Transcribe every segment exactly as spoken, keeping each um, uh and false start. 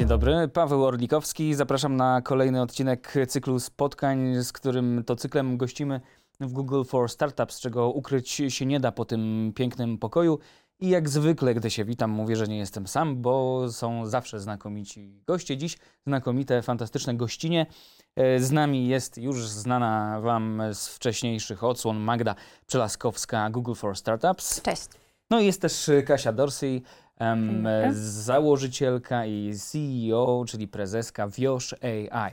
Dzień dobry, Paweł Orlikowski. Zapraszam na kolejny odcinek cyklu spotkań, z którym to cyklem gościmy w Google for Startups, czego ukryć się nie da po tym pięknym pokoju. I jak zwykle, gdy się witam, mówię, że nie jestem sam, bo są zawsze znakomici goście. Dziś znakomite, fantastyczne gościnie. Z nami jest już znana Wam z wcześniejszych odsłon Magda Przelaskowska, Google for Startups. Cześć. No i jest też Kasia Dorsey, um, założycielka i C E O, czyli prezeska Wiosz A I.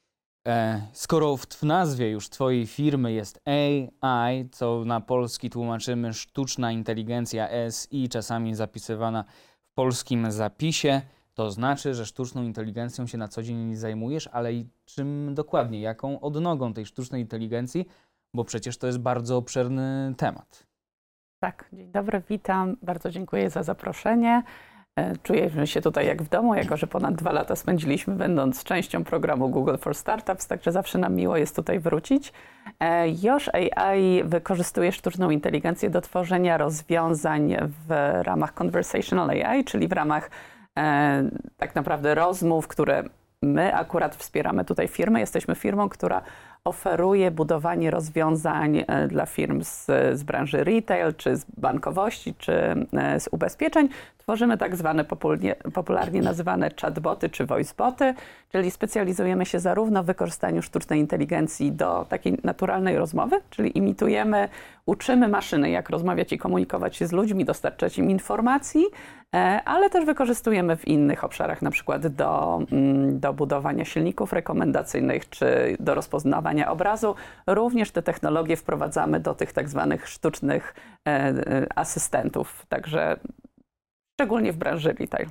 E, skoro w, w nazwie już Twojej firmy jest A I, co na polski tłumaczymy sztuczna inteligencja S I, czasami zapisywana w polskim zapisie, to znaczy, że sztuczną inteligencją się na co dzień zajmujesz, ale i czym dokładnie, jaką odnogą tej sztucznej inteligencji, bo przecież to jest bardzo obszerny temat. Tak, dzień dobry, witam. Bardzo dziękuję za zaproszenie. Czujemy się tutaj jak w domu, jako że ponad dwa lata spędziliśmy będąc częścią programu Google for Startups, także zawsze nam miło jest tutaj wrócić. Wiosz A I wykorzystuje sztuczną inteligencję do tworzenia rozwiązań w ramach Conversational A I, czyli w ramach e, tak naprawdę rozmów, które my akurat wspieramy tutaj firmy. Jesteśmy firmą, która oferuje budowanie rozwiązań dla firm z, z branży retail, czy z bankowości, czy z ubezpieczeń. Tworzymy tak zwane popularnie, popularnie nazywane chatboty czy voiceboty, czyli specjalizujemy się zarówno w wykorzystaniu sztucznej inteligencji do takiej naturalnej rozmowy, czyli imitujemy, uczymy maszyny, jak rozmawiać i komunikować się z ludźmi, dostarczać im informacji, ale też wykorzystujemy w innych obszarach, na przykład do, do budowania silników rekomendacyjnych, czy do rozpoznawania obrazu. Również te technologie wprowadzamy do tych tak zwanych sztucznych asystentów, także szczególnie w branży retail.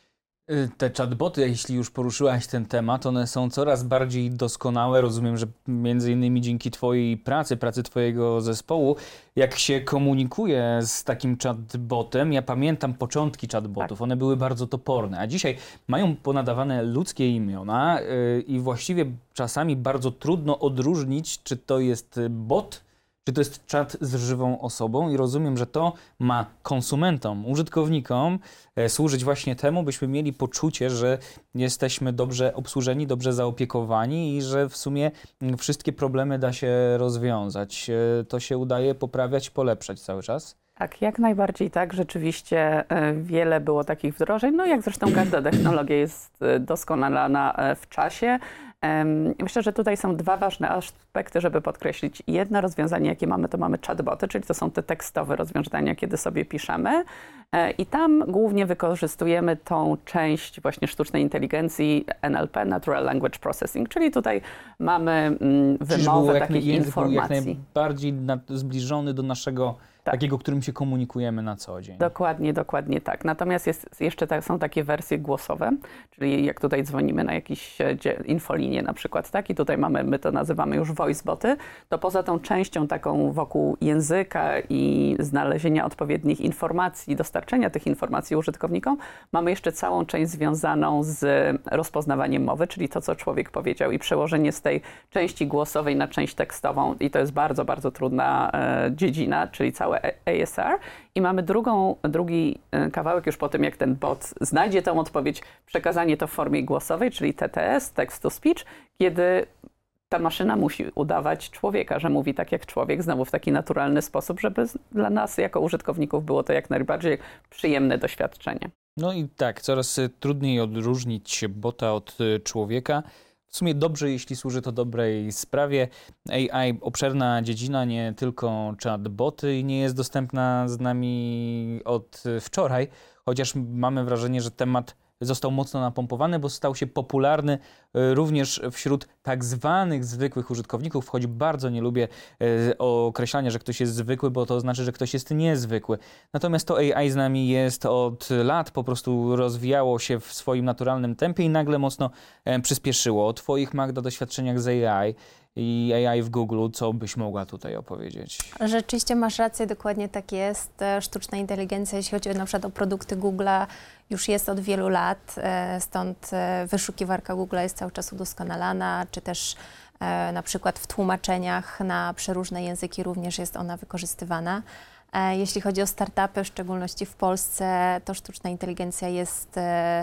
Te chatboty, jeśli już poruszyłaś ten temat, one są coraz bardziej doskonałe. Rozumiem, że między innymi dzięki Twojej pracy, pracy Twojego zespołu, jak się komunikuje z takim chatbotem, ja pamiętam początki chatbotów, tak. One były bardzo toporne, a dzisiaj mają ponadawane ludzkie imiona yy, i właściwie czasami bardzo trudno odróżnić, czy to jest bot, czy to jest czat z żywą osobą i rozumiem, że to ma konsumentom, użytkownikom e, służyć właśnie temu, byśmy mieli poczucie, że jesteśmy dobrze obsłużeni, dobrze zaopiekowani i że w sumie wszystkie problemy da się rozwiązać. E, to się udaje poprawiać, polepszać cały czas. Tak, jak najbardziej tak. Rzeczywiście wiele było takich wdrożeń, no jak zresztą każda technologia jest doskonalana w czasie. Myślę, że tutaj są dwa ważne aspekty, żeby podkreślić. Jedno rozwiązanie, jakie mamy, to mamy chatboty, czyli to są te tekstowe rozwiązania, kiedy sobie piszemy. I tam głównie wykorzystujemy tą część właśnie sztucznej inteligencji N L P, Natural Language Processing, czyli tutaj mamy wymowę takich informacji. Jak najbardziej zbliżony do naszego tak. takiego, którym się komunikujemy na co dzień. Dokładnie, dokładnie tak. Natomiast jest, jeszcze tak, są takie wersje głosowe, czyli jak tutaj dzwonimy na jakieś infolinię na przykład, tak? I tutaj mamy, my to nazywamy już voiceboty, to poza tą częścią taką wokół języka i znalezienia odpowiednich informacji, dostarczenia tych informacji użytkownikom, mamy jeszcze całą część związaną z rozpoznawaniem mowy, czyli to, co człowiek powiedział i przełożenie z tej części głosowej na część tekstową i to jest bardzo, bardzo trudna e, dziedzina, czyli całe A S R i mamy drugą, drugi kawałek już po tym, jak ten bot znajdzie tą odpowiedź, przekazanie to w formie głosowej, czyli T T S, text to speech, kiedy ta maszyna musi udawać człowieka, że mówi tak jak człowiek, znowu w taki naturalny sposób, żeby dla nas jako użytkowników było to jak najbardziej przyjemne doświadczenie. No i tak, coraz trudniej odróżnić bota od człowieka. W sumie dobrze, jeśli służy to dobrej sprawie. A I, obszerna dziedzina, nie tylko chatboty i nie jest dostępna z nami od wczoraj, chociaż mamy wrażenie, że temat został mocno napompowany, bo stał się popularny również wśród tak zwanych zwykłych użytkowników, choć bardzo nie lubię określania, że ktoś jest zwykły, bo to znaczy, że ktoś jest niezwykły. Natomiast to A I z nami jest od lat, po prostu rozwijało się w swoim naturalnym tempie i nagle mocno przyspieszyło. O Twoich, Magda, doświadczeniach z A I i A I w Google, co byś mogła tutaj opowiedzieć? Rzeczywiście masz rację, dokładnie tak jest. Sztuczna inteligencja, jeśli chodzi na przykład o produkty Google'a, już jest od wielu lat, stąd wyszukiwarka Google'a jest cały czas udoskonalana, czy też na przykład w tłumaczeniach na przeróżne języki również jest ona wykorzystywana. Jeśli chodzi o startupy, w szczególności w Polsce, to sztuczna inteligencja jest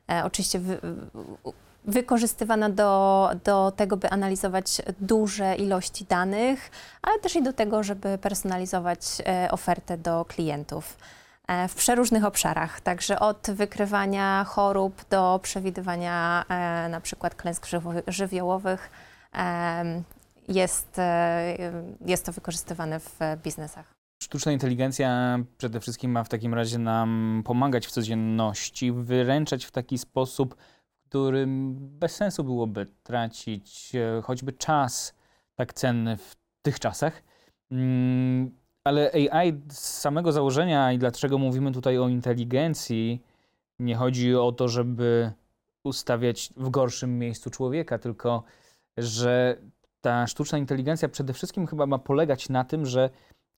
e, oczywiście wy, wykorzystywana do, do tego, by analizować duże ilości danych, ale też i do tego, żeby personalizować e, ofertę do klientów w przeróżnych obszarach, także od wykrywania chorób do przewidywania e, na przykład klęsk żywiołowych e, jest, e, jest to wykorzystywane w biznesach. Sztuczna inteligencja przede wszystkim ma w takim razie nam pomagać w codzienności, wyręczać w taki sposób, w którym bez sensu byłoby tracić e, choćby czas tak cenny w tych czasach. Mm, Ale A I z samego założenia i dlaczego mówimy tutaj o inteligencji, nie chodzi o to, żeby ustawiać w gorszym miejscu człowieka, tylko że ta sztuczna inteligencja przede wszystkim chyba ma polegać na tym, że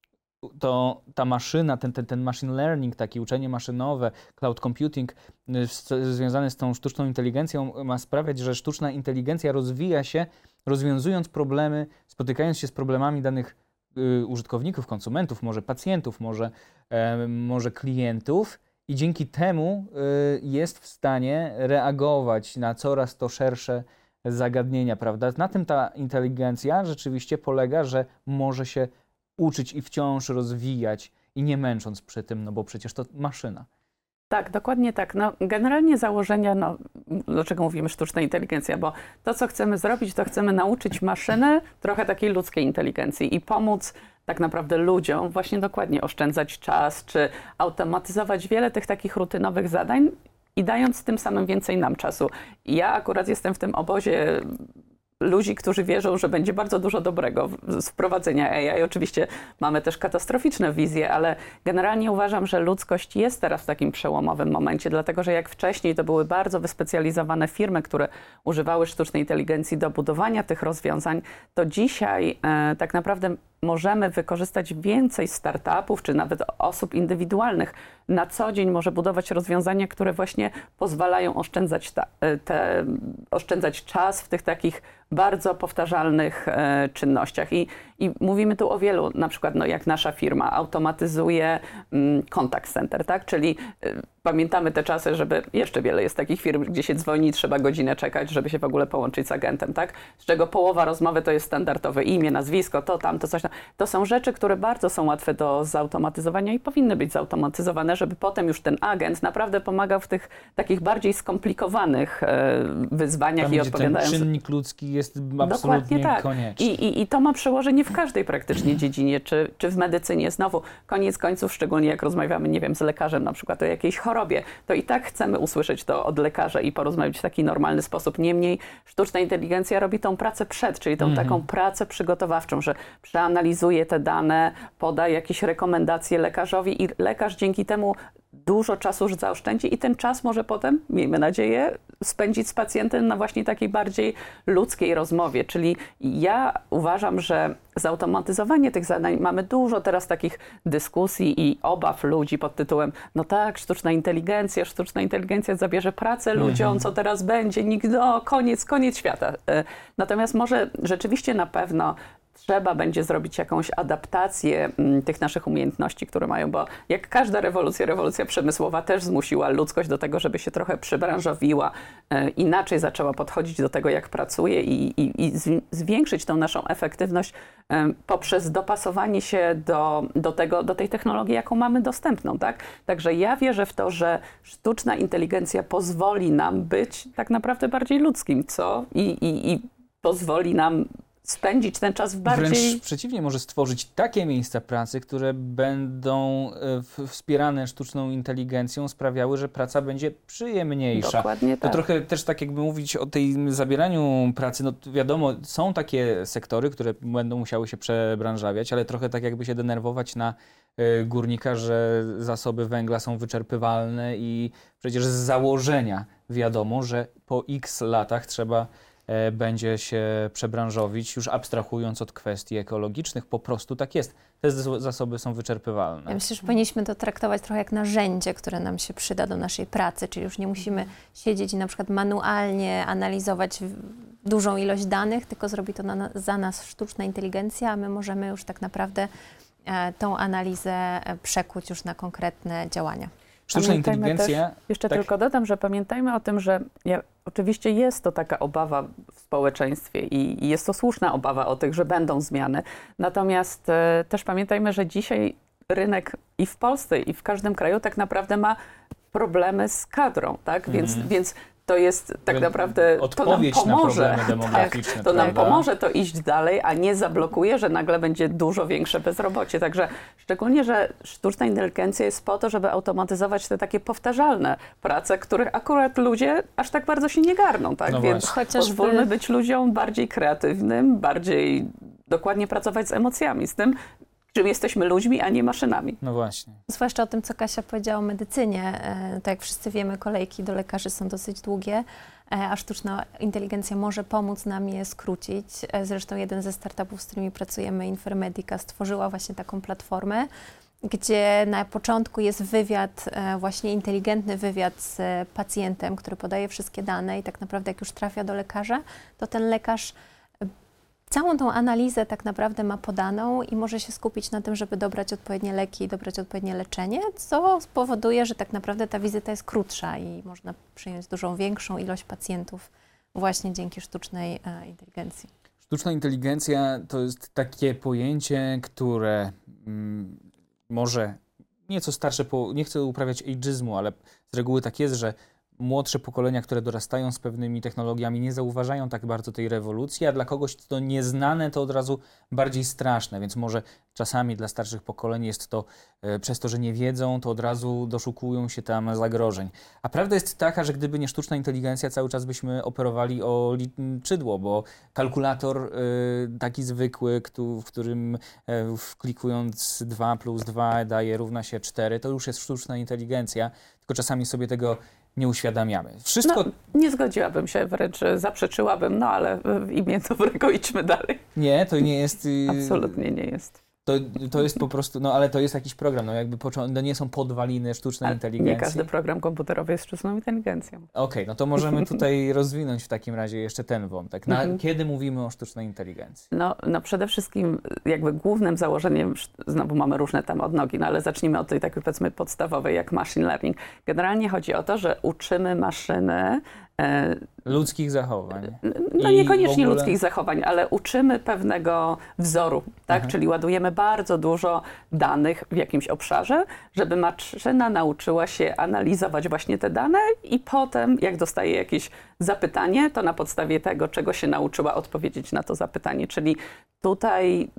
to ta maszyna, ten, ten, ten machine learning, takie uczenie maszynowe, cloud computing związane z tą sztuczną inteligencją ma sprawiać, że sztuczna inteligencja rozwija się, rozwiązując problemy, spotykając się z problemami danych y, użytkowników, konsumentów, może pacjentów, może, e, może klientów i dzięki temu y, jest w stanie reagować na coraz to szersze zagadnienia, prawda? Na tym ta inteligencja rzeczywiście polega, że może się uczyć i wciąż rozwijać i nie męcząc przy tym, no bo przecież to maszyna. Tak, dokładnie tak. No, generalnie założenia, no, dlaczego mówimy sztuczna inteligencja, bo to, co chcemy zrobić, to chcemy nauczyć maszynę trochę takiej ludzkiej inteligencji i pomóc tak naprawdę ludziom właśnie dokładnie oszczędzać czas, czy automatyzować wiele tych takich rutynowych zadań i dając tym samym więcej nam czasu. Ja akurat jestem w tym obozie ludzi, którzy wierzą, że będzie bardzo dużo dobrego z wprowadzenia A I. Oczywiście mamy też katastroficzne wizje, ale generalnie uważam, że ludzkość jest teraz w takim przełomowym momencie, dlatego że jak wcześniej to były bardzo wyspecjalizowane firmy, które używały sztucznej inteligencji do budowania tych rozwiązań, to dzisiaj e, tak naprawdę możemy wykorzystać więcej startupów, czy nawet osób indywidualnych. Na co dzień może budować rozwiązania, które właśnie pozwalają oszczędzać, ta, te, oszczędzać czas w tych takich bardzo powtarzalnych e, czynnościach. I, I mówimy tu o wielu, na przykład no, jak nasza firma automatyzuje mm, contact center, tak? Czyli y, pamiętamy te czasy, żeby jeszcze wiele jest takich firm, gdzie się dzwoni, trzeba godzinę czekać, żeby się w ogóle połączyć z agentem, tak? Z czego połowa rozmowy to jest standardowe imię, nazwisko, to tam, to coś tam. To są rzeczy, które bardzo są łatwe do zautomatyzowania i powinny być zautomatyzowane, żeby potem już ten agent naprawdę pomagał w tych takich bardziej skomplikowanych e, wyzwaniach tam, i gdzie odpowiadając. Ten czynnik ludzki jest absolutnie tak. konieczny. I, i, I to ma przełożenie w każdej praktycznie dziedzinie, czy, czy w medycynie. Znowu, koniec końców, szczególnie jak rozmawiamy, nie wiem, z lekarzem na przykład o jakiejś chorobie, to i tak chcemy usłyszeć to od lekarza i porozmawiać w taki normalny sposób. Niemniej sztuczna inteligencja robi tą pracę przed, czyli tą mhm. taką pracę przygotowawczą, że przeanalizuje te dane, poda jakieś rekomendacje lekarzowi i lekarz dzięki temu dużo czasu już zaoszczędzi i ten czas może potem, miejmy nadzieję, spędzić z pacjentem na właśnie takiej bardziej ludzkiej rozmowie. Czyli ja uważam, że zautomatyzowanie tych zadań, mamy dużo teraz takich dyskusji i obaw ludzi pod tytułem no tak, sztuczna inteligencja, sztuczna inteligencja zabierze pracę ludziom, co teraz będzie, nikt, no koniec, koniec świata. Natomiast może rzeczywiście na pewno trzeba będzie zrobić jakąś adaptację m, tych naszych umiejętności, które mają, bo jak każda rewolucja, rewolucja przemysłowa też zmusiła ludzkość do tego, żeby się trochę przybranżowiła, e, inaczej zaczęła podchodzić do tego, jak pracuje i, i, i zwiększyć tą naszą efektywność e, poprzez dopasowanie się do, do, tego, do tej technologii, jaką mamy dostępną. Tak? Także ja wierzę w to, że sztuczna inteligencja pozwoli nam być tak naprawdę bardziej ludzkim, co i, i, i pozwoli nam spędzić ten czas w bardziej... Wręcz przeciwnie, może stworzyć takie miejsca pracy, które będą e, wspierane sztuczną inteligencją, sprawiały, że praca będzie przyjemniejsza. Dokładnie tak. To trochę też tak jakby mówić o tej zabieraniu pracy, no wiadomo, są takie sektory, które będą musiały się przebranżawiać, ale trochę tak jakby się denerwować na e, górnika, że zasoby węgla są wyczerpywalne i przecież z założenia wiadomo, że po X latach trzeba będzie się przebranżowić, już abstrahując od kwestii ekologicznych, po prostu tak jest. Te zasoby są wyczerpywalne. Ja myślę, że powinniśmy to traktować trochę jak narzędzie, które nam się przyda do naszej pracy, czyli już nie musimy siedzieć i na przykład manualnie analizować dużą ilość danych, tylko zrobi to na, za nas sztuczna inteligencja, a my możemy już tak naprawdę e, tą analizę przekuć już na konkretne działania. Sztuczna inteligencja... Też, jeszcze tak? tylko dodam, że pamiętajmy o tym, że ja, oczywiście jest to taka obawa w społeczeństwie i, i jest to słuszna obawa o tych, że będą zmiany. Natomiast e, też pamiętajmy, że dzisiaj rynek i w Polsce, i w każdym kraju tak naprawdę ma problemy z kadrą, tak? Mm. Więc, więc to jest tak naprawdę, to nam pomoże, tak, to nam pomoże to iść dalej, a nie zablokuje, że nagle będzie dużo większe bezrobocie. Także szczególnie, że sztuczna inteligencja jest po to, żeby automatyzować te takie powtarzalne prace, których akurat ludzie aż tak bardzo się nie garną, tak? No Więc chociażby... pozwólmy być ludziom bardziej kreatywnym, bardziej dokładnie pracować z emocjami, z tym, czym jesteśmy ludźmi, a nie maszynami. No właśnie. Zwłaszcza o tym, co Kasia powiedziała o medycynie. Tak jak wszyscy wiemy, kolejki do lekarzy są dosyć długie, a sztuczna inteligencja może pomóc nam je skrócić. Zresztą jeden ze startupów, z którymi pracujemy, Infermedica, stworzyła właśnie taką platformę, gdzie na początku jest wywiad, właśnie inteligentny wywiad z pacjentem, który podaje wszystkie dane i tak naprawdę jak już trafia do lekarza, to ten lekarz całą tą analizę tak naprawdę ma podaną i może się skupić na tym, żeby dobrać odpowiednie leki i dobrać odpowiednie leczenie, co spowoduje, że tak naprawdę ta wizyta jest krótsza i można przyjąć dużą większą ilość pacjentów właśnie dzięki sztucznej e, inteligencji. Sztuczna inteligencja to jest takie pojęcie, które mm, może nieco starsze, po, nie chcę uprawiać ageizmu, ale z reguły tak jest, że młodsze pokolenia, które dorastają z pewnymi technologiami, nie zauważają tak bardzo tej rewolucji, a dla kogoś to nieznane to od razu bardziej straszne, więc może czasami dla starszych pokoleń jest to e, przez to, że nie wiedzą, to od razu doszukują się tam zagrożeń. A prawda jest taka, że gdyby nie sztuczna inteligencja, cały czas byśmy operowali o liczydło, bo kalkulator e, taki zwykły, ktu, w którym e, klikując dwa plus dwa daje równa się cztery, to już jest sztuczna inteligencja, tylko czasami sobie tego nie uświadamiamy. Wszystko... No, nie zgodziłabym się, wręcz zaprzeczyłabym, no ale w imię dobrego idźmy dalej. Nie, to nie jest... Absolutnie nie jest. To, to jest po prostu, no ale to jest jakiś program, no jakby począ- no nie są podwaliny sztucznej A inteligencji. Nie każdy program komputerowy jest sztuczną inteligencją. Okej, okay, no to możemy tutaj rozwinąć w takim razie jeszcze ten wątek. Na, mhm. Kiedy mówimy o sztucznej inteligencji? No, no przede wszystkim jakby głównym założeniem, znowu mamy różne tam odnogi, no ale zacznijmy od tej takiej powiedzmy podstawowej jak machine learning. Generalnie chodzi o to, że uczymy maszyny ludzkich zachowań. No niekoniecznie ogóle... ludzkich zachowań, ale uczymy pewnego wzoru, tak? Aha. Czyli ładujemy bardzo dużo danych w jakimś obszarze, żeby maszyna nauczyła się analizować właśnie te dane i potem, jak dostaje jakieś zapytanie, to na podstawie tego, czego się nauczyła, odpowiedzieć na to zapytanie. Czyli tutaj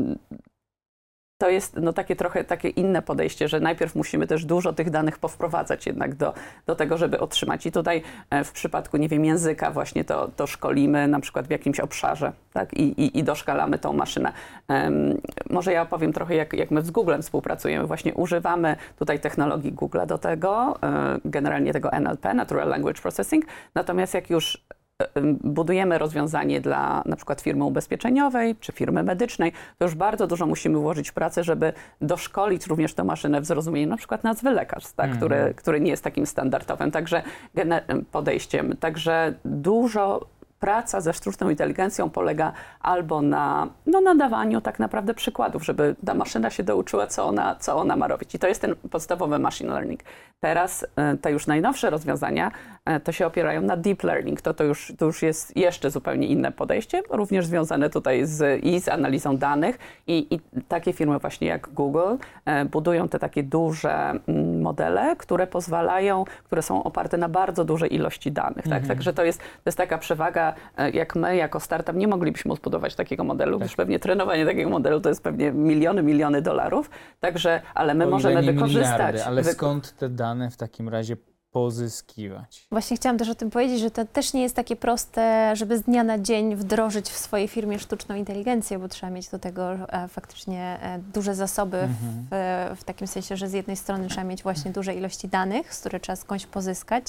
to jest no, takie trochę takie inne podejście, że najpierw musimy też dużo tych danych powprowadzać jednak do, do tego, żeby otrzymać. I tutaj w przypadku, nie wiem, języka właśnie to, to szkolimy na przykład w jakimś obszarze, tak? I, i, i doszkalamy tą maszynę. Um, może ja opowiem trochę, jak, jak my z Googlem współpracujemy. Właśnie używamy tutaj technologii Google'a do tego, generalnie tego N L P, Natural Language Processing. Natomiast jak już budujemy rozwiązanie dla na przykład firmy ubezpieczeniowej czy firmy medycznej, to już bardzo dużo musimy włożyć w pracę, żeby doszkolić również tę maszynę w zrozumieniu na przykład nazwy lekarstw, tak, mm. który, który nie jest takim standardowym także podejściem. Także dużo praca ze sztuczną inteligencją polega albo na no, nadawaniu tak naprawdę przykładów, żeby ta maszyna się douczyła, co ona, co ona ma robić. I to jest ten podstawowy machine learning. Teraz te już najnowsze rozwiązania to się opierają na deep learning. To, to, już, to już jest jeszcze zupełnie inne podejście, również związane tutaj z, i z analizą danych. I, i takie firmy właśnie jak Google budują te takie duże modele, które pozwalają, które są oparte na bardzo dużej ilości danych. Mhm. Tak? Także to jest, to jest taka przewaga, jak my jako startup nie moglibyśmy zbudować takiego modelu, tak. Gdyż pewnie trenowanie takiego modelu to jest pewnie miliony, miliony dolarów. Także, ale my o możemy nie wykorzystać. Miliardy, ale wy... skąd te dane w takim razie pozyskiwać? Właśnie chciałam też o tym powiedzieć, że to też nie jest takie proste, żeby z dnia na dzień wdrożyć w swojej firmie sztuczną inteligencję, bo trzeba mieć do tego e, faktycznie e, duże zasoby mhm. w, w takim sensie, że z jednej strony trzeba mieć właśnie duże ilości danych, które trzeba skądś pozyskać,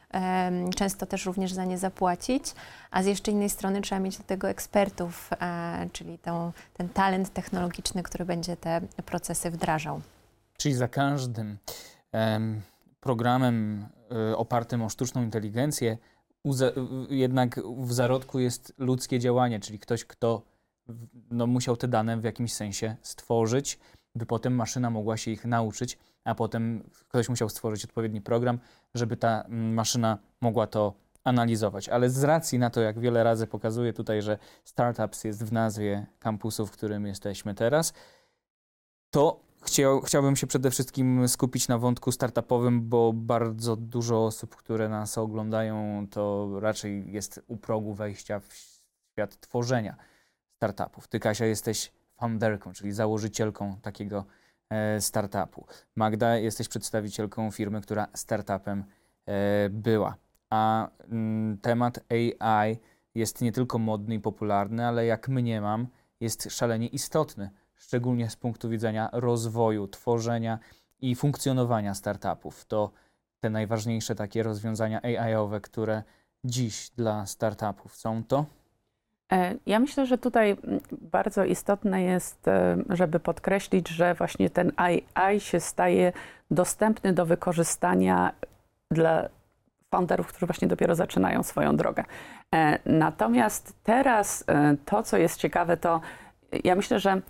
e, często też również za nie zapłacić, a z jeszcze innej strony trzeba mieć do tego ekspertów, e, czyli tą, ten talent technologiczny, który będzie te procesy wdrażał. Czyli za każdym um, programem y, opartym o sztuczną inteligencję uza, y, jednak w zarodku jest ludzkie działanie, czyli ktoś, kto w, no, musiał te dane w jakimś sensie stworzyć, by potem maszyna mogła się ich nauczyć, a potem ktoś musiał stworzyć odpowiedni program, żeby ta maszyna mogła to analizować. Ale z racji na to, jak wiele razy pokazuję tutaj, że Startups jest w nazwie kampusu, w którym jesteśmy teraz, to chciał, chciałbym się przede wszystkim skupić na wątku startupowym, bo bardzo dużo osób, które nas oglądają, to raczej jest u progu wejścia w świat tworzenia startupów. Ty, Kasia, jesteś founderką, czyli założycielką takiego e, startupu. Magda, jesteś przedstawicielką firmy, która startupem e, była. A mm, temat A I jest nie tylko modny i popularny, ale jak mniemam, jest szalenie istotny, szczególnie z punktu widzenia rozwoju, tworzenia i funkcjonowania startupów. To te najważniejsze takie rozwiązania A I-owe, które dziś dla startupów są to? Ja myślę, że tutaj bardzo istotne jest, żeby podkreślić, że właśnie ten A I się staje dostępny do wykorzystania dla founderów, którzy właśnie dopiero zaczynają swoją drogę. Natomiast teraz to, co jest ciekawe, to ja myślę, że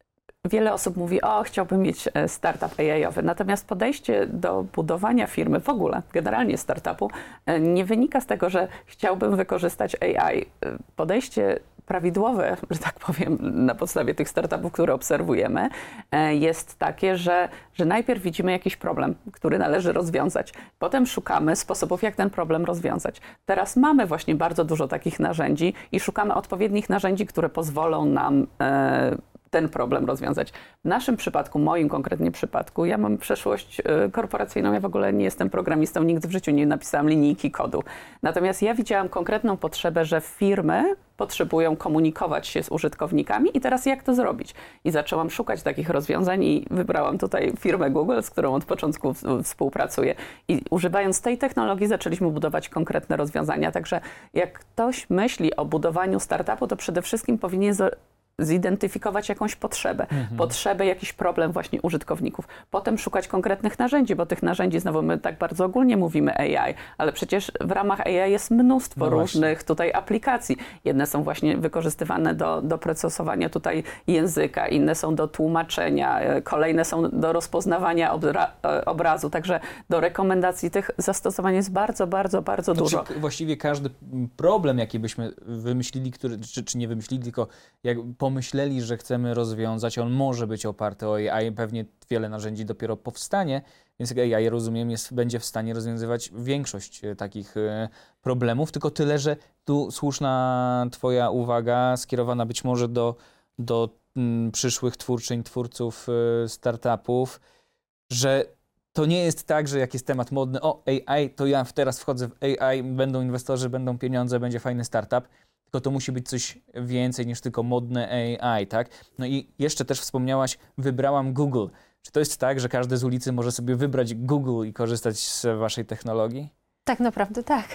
wiele osób mówi, o, chciałbym mieć startup A I-owy. Natomiast podejście do budowania firmy, w ogóle, generalnie startupu, nie wynika z tego, że chciałbym wykorzystać A I. Podejście prawidłowe, że tak powiem, na podstawie tych startupów, które obserwujemy, jest takie, że, że najpierw widzimy jakiś problem, który należy rozwiązać. Potem szukamy sposobów, jak ten problem rozwiązać. Teraz mamy właśnie bardzo dużo takich narzędzi i szukamy odpowiednich narzędzi, które pozwolą nam e, ten problem rozwiązać. W naszym przypadku, moim konkretnie przypadku, ja mam przeszłość korporacyjną, ja w ogóle nie jestem programistą, nigdy w życiu nie napisałam linijki kodu. Natomiast ja widziałam konkretną potrzebę, że firmy potrzebują komunikować się z użytkownikami i teraz jak to zrobić? I zaczęłam szukać takich rozwiązań i wybrałam tutaj firmę Google, z którą od początku współpracuję. I używając tej technologii zaczęliśmy budować konkretne rozwiązania. Także jak ktoś myśli o budowaniu startupu, to przede wszystkim powinien zidentyfikować jakąś potrzebę, mhm. potrzebę, jakiś problem właśnie użytkowników. Potem szukać konkretnych narzędzi, bo tych narzędzi, znowu my tak bardzo ogólnie mówimy A I, ale przecież w ramach A I jest mnóstwo no różnych właśnie. tutaj aplikacji. Jedne są właśnie wykorzystywane do, do procesowania tutaj języka, inne są do tłumaczenia, kolejne są do rozpoznawania obra obrazu, także do rekomendacji tych zastosowań jest bardzo, bardzo, bardzo to dużo. Czy właściwie każdy problem, jaki byśmy wymyślili, który, czy, czy nie wymyślili, tylko jak pomyśleli, że chcemy rozwiązać, on może być oparty o A I, pewnie wiele narzędzi dopiero powstanie, więc A I, rozumiem, jest, będzie w stanie rozwiązywać większość takich problemów, tylko tyle, że tu słuszna twoja uwaga skierowana być może do, do m, przyszłych twórczyń, twórców y, startupów, że to nie jest tak, że jak jest temat modny, o A I, to ja teraz wchodzę w A I, będą inwestorzy, będą pieniądze, będzie fajny startup, tylko to musi być coś więcej niż tylko modne A I, tak? No i jeszcze też wspomniałaś, wybrałam Google. Czy to jest tak, że każdy z ulicy może sobie wybrać Google i korzystać z waszej technologii? Tak naprawdę tak.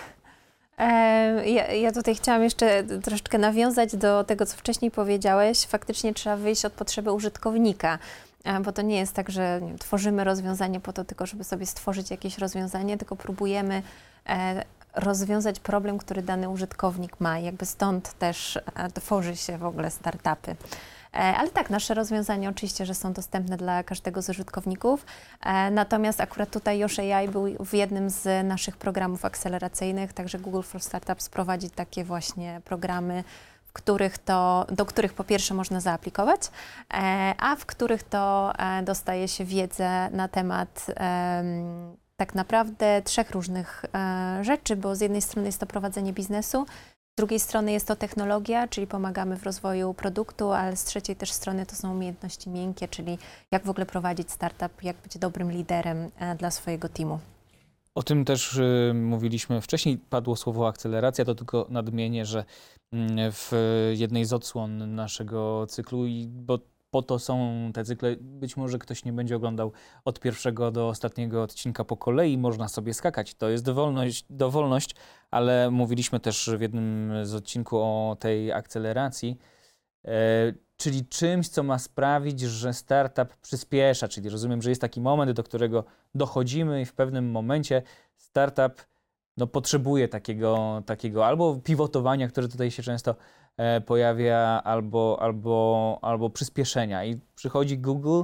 E, ja, ja tutaj chciałam jeszcze troszeczkę nawiązać do tego, co wcześniej powiedziałeś. Faktycznie trzeba wyjść od potrzeby użytkownika, e, bo to nie jest tak, że nie wiem, tworzymy rozwiązanie po to tylko, żeby sobie stworzyć jakieś rozwiązanie, tylko próbujemy e, rozwiązać problem, który dany użytkownik ma. Jakby stąd też e, tworzy się w ogóle startupy. E, ale tak, nasze rozwiązania oczywiście, że są dostępne dla każdego z użytkowników. E, natomiast akurat tutaj Yosh A I był w jednym z naszych programów akceleracyjnych, także Google for Startups prowadzi takie właśnie programy, w których to, do których po pierwsze można zaaplikować, e, a w których to e, dostaje się wiedzę na temat e, tak naprawdę trzech różnych e, rzeczy, bo z jednej strony jest to prowadzenie biznesu, z drugiej strony jest to technologia, czyli pomagamy w rozwoju produktu, ale z trzeciej też strony to są umiejętności miękkie, czyli jak w ogóle prowadzić startup, jak być dobrym liderem e, dla swojego teamu. O tym też y, mówiliśmy wcześniej, padło słowo akceleracja, to tylko nadmienię, że y, w jednej z odsłon naszego cyklu, i, bo po to są te cykle, być może ktoś nie będzie oglądał od pierwszego do ostatniego odcinka po kolei, można sobie skakać, to jest dowolność, dowolność, ale mówiliśmy też w jednym z odcinków o tej akceleracji, e, czyli czymś, co ma sprawić, że startup przyspiesza, czyli rozumiem, że jest taki moment, do którego dochodzimy i w pewnym momencie startup no, potrzebuje takiego, takiego albo pivotowania, które tutaj się często e, pojawia, albo, albo, albo przyspieszenia. I przychodzi Google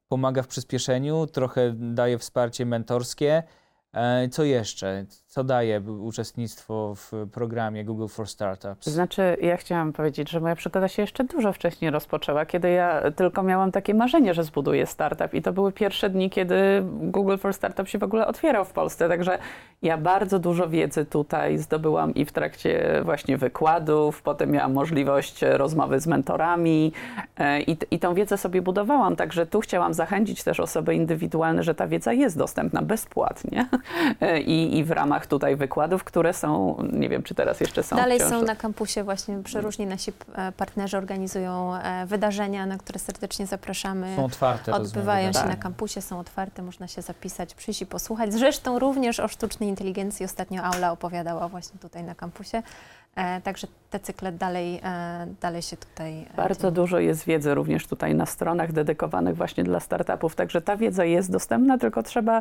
pomaga w przyspieszeniu, trochę daje wsparcie mentorskie. Co jeszcze? Co daje uczestnictwo w programie Google for Startups? Znaczy, ja chciałam powiedzieć, że moja przygoda się jeszcze dużo wcześniej rozpoczęła, kiedy ja tylko miałam takie marzenie, że zbuduję startup i to były pierwsze dni, kiedy Google for Startups się w ogóle otwierał w Polsce, także ja bardzo dużo wiedzy tutaj zdobyłam i w trakcie właśnie wykładów, potem miałam możliwość rozmowy z mentorami i, i tą wiedzę sobie budowałam, także tu chciałam zachęcić też osoby indywidualne, że ta wiedza jest dostępna bezpłatnie i, i w ramach tutaj wykładów, które są, nie wiem, czy teraz jeszcze są. Dalej wciąż. są na kampusie właśnie, przeróżni nasi partnerzy organizują wydarzenia, na które serdecznie zapraszamy. Są otwarte. Odbywają rozumiem, się tak. na kampusie, są otwarte, można się zapisać, przyjść i posłuchać. Zresztą również o sztucznej inteligencji ostatnio Aula opowiadała właśnie tutaj na kampusie. E, także te cykle dalej, e, dalej się tutaj... Bardzo dzieją. dużo jest wiedzy również tutaj na stronach dedykowanych właśnie dla startupów, także ta wiedza jest dostępna, tylko trzeba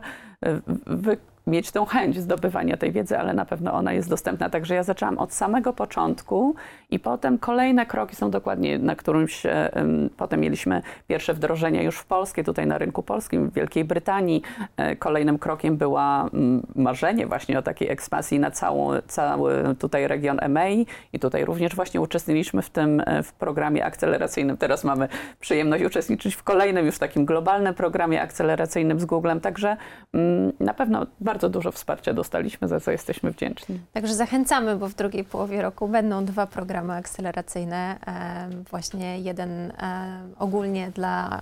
wy mieć tą chęć zdobywania tej wiedzy, ale na pewno ona jest dostępna. Także ja zaczęłam od samego początku i potem kolejne kroki są dokładnie na którymś, um, potem mieliśmy pierwsze wdrożenia już w Polskie, tutaj na rynku polskim, w Wielkiej Brytanii. E, kolejnym krokiem była um, marzenie właśnie o takiej ekspansji na całą, cały tutaj region E M E I i tutaj również właśnie uczestniczyliśmy w tym w programie akceleracyjnym. Teraz mamy przyjemność uczestniczyć w kolejnym już takim globalnym programie akceleracyjnym z Googlem, także um, na pewno bardzo dużo wsparcia dostaliśmy, za co jesteśmy wdzięczni. Także zachęcamy, bo w drugiej połowie roku będą dwa programy akceleracyjne. E, właśnie jeden e, ogólnie dla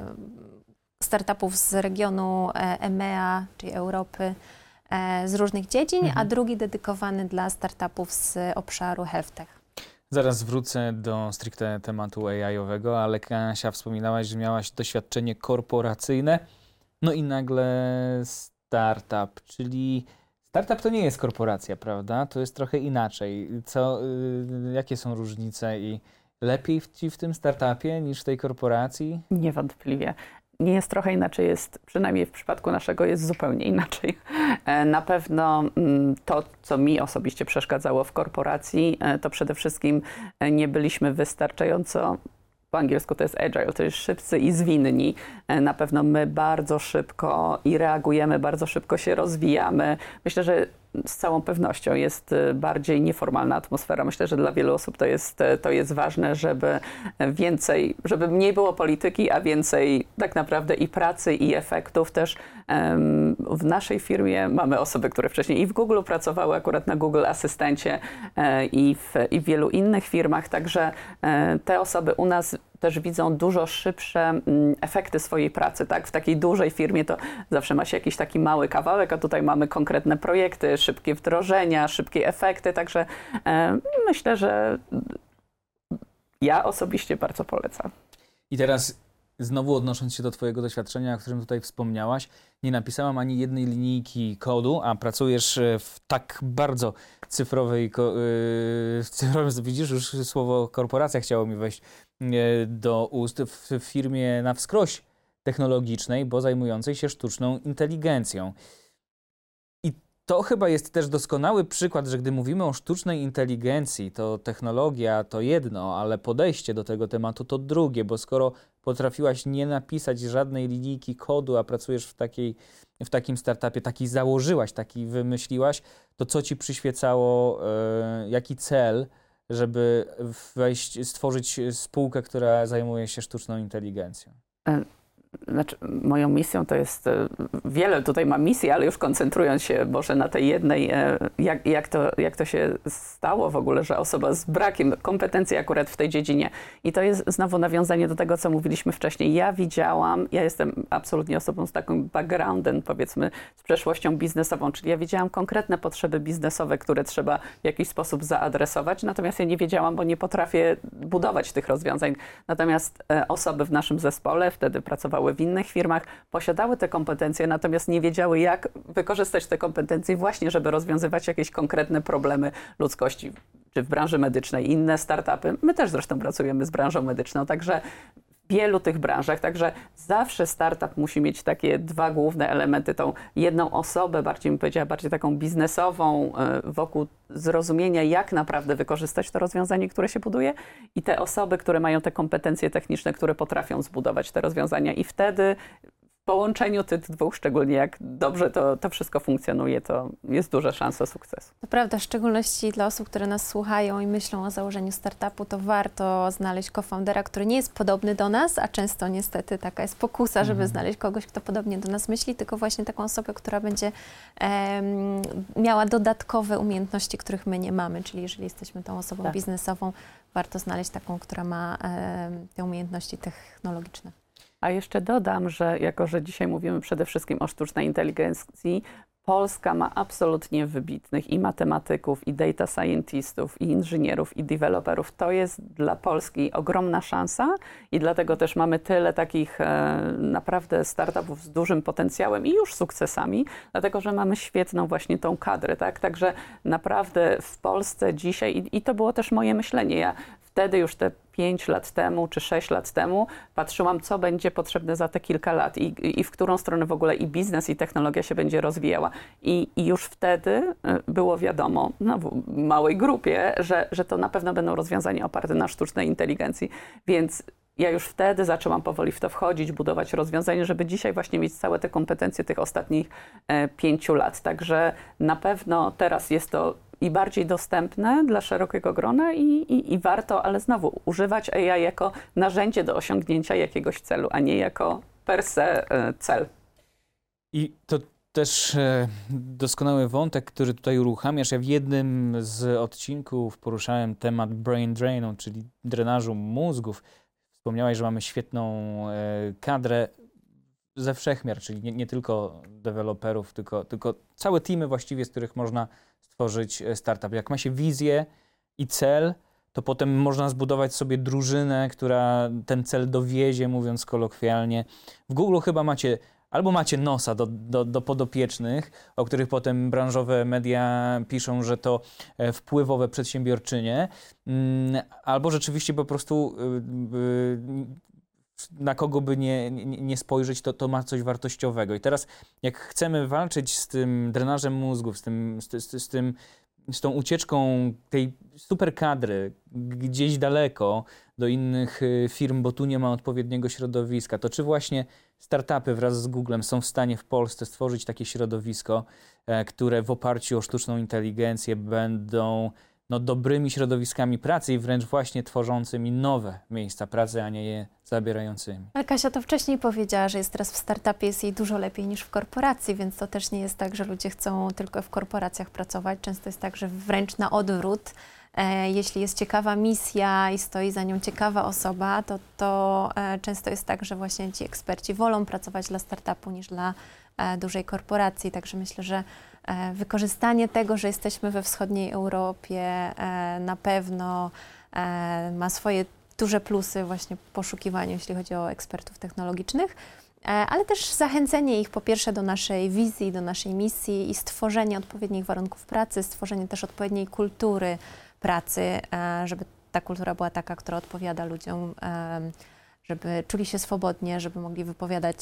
e, startupów z regionu E M E A, czyli Europy, e, z różnych dziedzin, mhm. a drugi dedykowany dla startupów z obszaru HealthTech. Zaraz wrócę do stricte tematu A I-owego, ale Kasia, wspominałaś, że miałaś doświadczenie korporacyjne, no i nagle startup, czyli startup to nie jest korporacja, prawda? To jest trochę inaczej. Co, y, jakie są różnice i lepiej w, ci w tym startupie niż w tej korporacji? Niewątpliwie. Nie jest trochę inaczej, jest, przynajmniej w przypadku naszego jest zupełnie inaczej. Na pewno to, co mi osobiście przeszkadzało w korporacji, to przede wszystkim nie byliśmy wystarczająco, po angielsku to jest agile, to jest szybcy i zwinni. Na pewno my bardzo szybko i reagujemy, bardzo szybko się rozwijamy. Myślę, że z całą pewnością jest bardziej nieformalna atmosfera. Myślę, że dla wielu osób to jest, to jest ważne, żeby więcej, żeby mniej było polityki, a więcej tak naprawdę i pracy, i efektów też. W naszej firmie mamy osoby, które wcześniej i w Google pracowały, akurat na Google Asystencie i w, i w wielu innych firmach, także te osoby u nas też widzą dużo szybsze efekty swojej pracy, tak? W takiej dużej firmie to zawsze ma się jakiś taki mały kawałek, a tutaj mamy konkretne projekty, szybkie wdrożenia, szybkie efekty, także e, myślę, że ja osobiście bardzo polecam. I teraz znowu odnosząc się do twojego doświadczenia, o którym tutaj wspomniałaś, nie napisałam ani jednej linijki kodu, a pracujesz w tak bardzo cyfrowej, yy, cyfrowym, widzisz, już słowo korporacja chciało mi wejść yy, do ust, w firmie na wskroś technologicznej, bo zajmującej się sztuczną inteligencją. I to chyba jest też doskonały przykład, że gdy mówimy o sztucznej inteligencji, to technologia to jedno, ale podejście do tego tematu to drugie, bo skoro potrafiłaś nie napisać żadnej linijki kodu, a pracujesz w, takiej, w takim startupie, taki założyłaś, taki wymyśliłaś, to co ci przyświecało, e, jaki cel, żeby wejść, stworzyć spółkę, która zajmuje się sztuczną inteligencją? Znaczy, moją misją to jest, wiele tutaj mam misji, ale już koncentrując się może na tej jednej, jak, jak, to, jak to się stało w ogóle, że osoba z brakiem kompetencji akurat w tej dziedzinie. I to jest znowu nawiązanie do tego, co mówiliśmy wcześniej. Ja widziałam, ja jestem absolutnie osobą z takim backgroundem, powiedzmy, z przeszłością biznesową, czyli ja widziałam konkretne potrzeby biznesowe, które trzeba w jakiś sposób zaadresować, natomiast ja nie wiedziałam, bo nie potrafię budować tych rozwiązań. Natomiast osoby w naszym zespole, wtedy pracowały w innych firmach, posiadały te kompetencje, natomiast nie wiedziały, jak wykorzystać te kompetencje właśnie, żeby rozwiązywać jakieś konkretne problemy ludzkości, czy w branży medycznej, inne startupy. My też zresztą pracujemy z branżą medyczną, także wielu tych branżach, także zawsze startup musi mieć takie dwa główne elementy, tą jedną osobę, bardziej bym powiedziała, bardziej taką biznesową, wokół zrozumienia, jak naprawdę wykorzystać to rozwiązanie, które się buduje, i te osoby, które mają te kompetencje techniczne, które potrafią zbudować te rozwiązania, i wtedy w połączeniu tych dwóch, szczególnie jak dobrze to, to wszystko funkcjonuje, to jest duża szansa sukcesu. To prawda, w szczególności dla osób, które nas słuchają i myślą o założeniu startupu, to warto znaleźć co-foundera, który nie jest podobny do nas, a często niestety taka jest pokusa, żeby mhm. znaleźć kogoś, kto podobnie do nas myśli, tylko właśnie taką osobę, która będzie em, miała dodatkowe umiejętności, których my nie mamy, czyli jeżeli jesteśmy tą osobą tak. biznesową, warto znaleźć taką, która ma em, te umiejętności technologiczne. A jeszcze dodam, że jako, że dzisiaj mówimy przede wszystkim o sztucznej inteligencji, Polska ma absolutnie wybitnych i matematyków, i data scientistów, i inżynierów, i deweloperów. To jest dla Polski ogromna szansa i dlatego też mamy tyle takich e, naprawdę startupów z dużym potencjałem i już sukcesami, dlatego że mamy świetną właśnie tą kadrę, tak? Także naprawdę w Polsce dzisiaj, i, i to było też moje myślenie, ja wtedy już te pięć lat temu czy sześć lat temu patrzyłam, co będzie potrzebne za te kilka lat i, i w którą stronę w ogóle i biznes, i technologia się będzie rozwijała. I, i już wtedy było wiadomo, no, w małej grupie, że, że to na pewno będą rozwiązania oparte na sztucznej inteligencji. Więc ja już wtedy zaczęłam powoli w to wchodzić, budować rozwiązania, żeby dzisiaj właśnie mieć całe te kompetencje tych ostatnich e, pięciu lat. Także na pewno teraz jest to i bardziej dostępne dla szerokiego grona i, i, i warto, ale znowu używać A I jako narzędzie do osiągnięcia jakiegoś celu, a nie jako per se cel. I to też doskonały wątek, który tutaj uruchamiasz. Ja w jednym z odcinków poruszałem temat brain drainu, czyli drenażu mózgów. Wspomniałaś, że mamy świetną kadrę ze wszechmiar, czyli nie, nie tylko deweloperów, tylko, tylko całe teamy właściwie, z których można stworzyć startup. Jak ma się wizję i cel, to potem można zbudować sobie drużynę, która ten cel dowiezie, mówiąc kolokwialnie. W Google chyba macie, albo macie nosa do, do, do podopiecznych, o których potem branżowe media piszą, że to wpływowe przedsiębiorczynie, albo rzeczywiście po prostu na kogo by nie, nie, nie spojrzeć, to, to ma coś wartościowego. I teraz jak chcemy walczyć z tym drenażem mózgów, z, tym, z, z, z, tym, z tą ucieczką tej super kadry gdzieś daleko do innych firm, bo tu nie ma odpowiedniego środowiska, to czy właśnie startupy wraz z Googlem są w stanie w Polsce stworzyć takie środowisko, które w oparciu o sztuczną inteligencję będą no, dobrymi środowiskami pracy i wręcz właśnie tworzącymi nowe miejsca pracy, a nie je zabierającymi. Ale Kasia to wcześniej powiedziała, że jest teraz w startupie, jest jej dużo lepiej niż w korporacji, więc to też nie jest tak, że ludzie chcą tylko w korporacjach pracować. Często jest tak, że wręcz na odwrót, e, jeśli jest ciekawa misja i stoi za nią ciekawa osoba, to, to e, często jest tak, że właśnie ci eksperci wolą pracować dla startupu niż dla e, dużej korporacji. Także myślę, że e, wykorzystanie tego, że jesteśmy we wschodniej Europie e, na pewno e, ma swoje duże plusy właśnie w poszukiwaniu, jeśli chodzi o ekspertów technologicznych, ale też zachęcenie ich po pierwsze do naszej wizji, do naszej misji i stworzenie odpowiednich warunków pracy, stworzenie też odpowiedniej kultury pracy, żeby ta kultura była taka, która odpowiada ludziom, żeby czuli się swobodnie, żeby mogli wypowiadać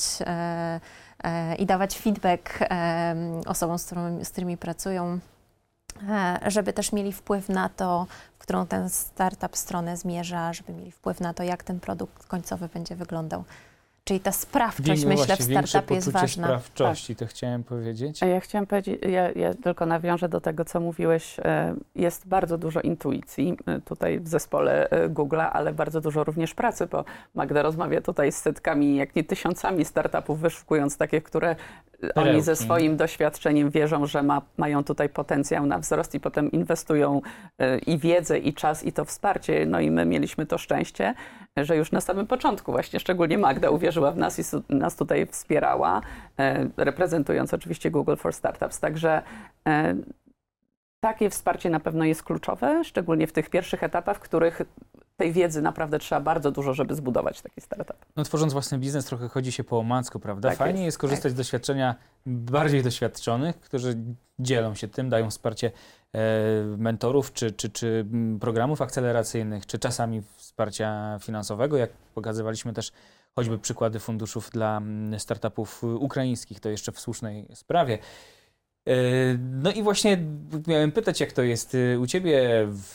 i dawać feedback osobom, z którymi, z którymi pracują, żeby też mieli wpływ na to, w którą ten startup stronę zmierza, żeby mieli wpływ na to, jak ten produkt końcowy będzie wyglądał. Czyli ta sprawczość, Wie, myślę, w startupie jest ważna. Sprawczości, tak. To chciałem powiedzieć. A ja chciałam powiedzieć, ja, ja tylko nawiążę do tego, co mówiłeś. Jest bardzo dużo intuicji tutaj w zespole Google'a, ale bardzo dużo również pracy, bo Magda rozmawia tutaj z setkami, jak nie tysiącami startupów, wyszukując takie, które Perełki. Oni ze swoim doświadczeniem wierzą, że ma, mają tutaj potencjał na wzrost i potem inwestują i wiedzę, i czas, i to wsparcie. No i my mieliśmy to szczęście, że już na samym początku właśnie, szczególnie Magda uwierzyła w nas i nas tutaj wspierała, reprezentując oczywiście Google for Startups. Także takie wsparcie na pewno jest kluczowe, szczególnie w tych pierwszych etapach, w których tej wiedzy naprawdę trzeba bardzo dużo, żeby zbudować taki startup. No tworząc własny biznes trochę chodzi się po omacku, prawda? Tak Fajnie jest, jest korzystać tak. z doświadczenia bardziej doświadczonych, którzy dzielą się tym, dają wsparcie e, mentorów czy, czy, czy programów akceleracyjnych, czy czasami wsparcia finansowego, jak pokazywaliśmy też choćby przykłady funduszów dla startupów ukraińskich, to jeszcze w słusznej sprawie. No i właśnie miałem pytać, jak to jest u Ciebie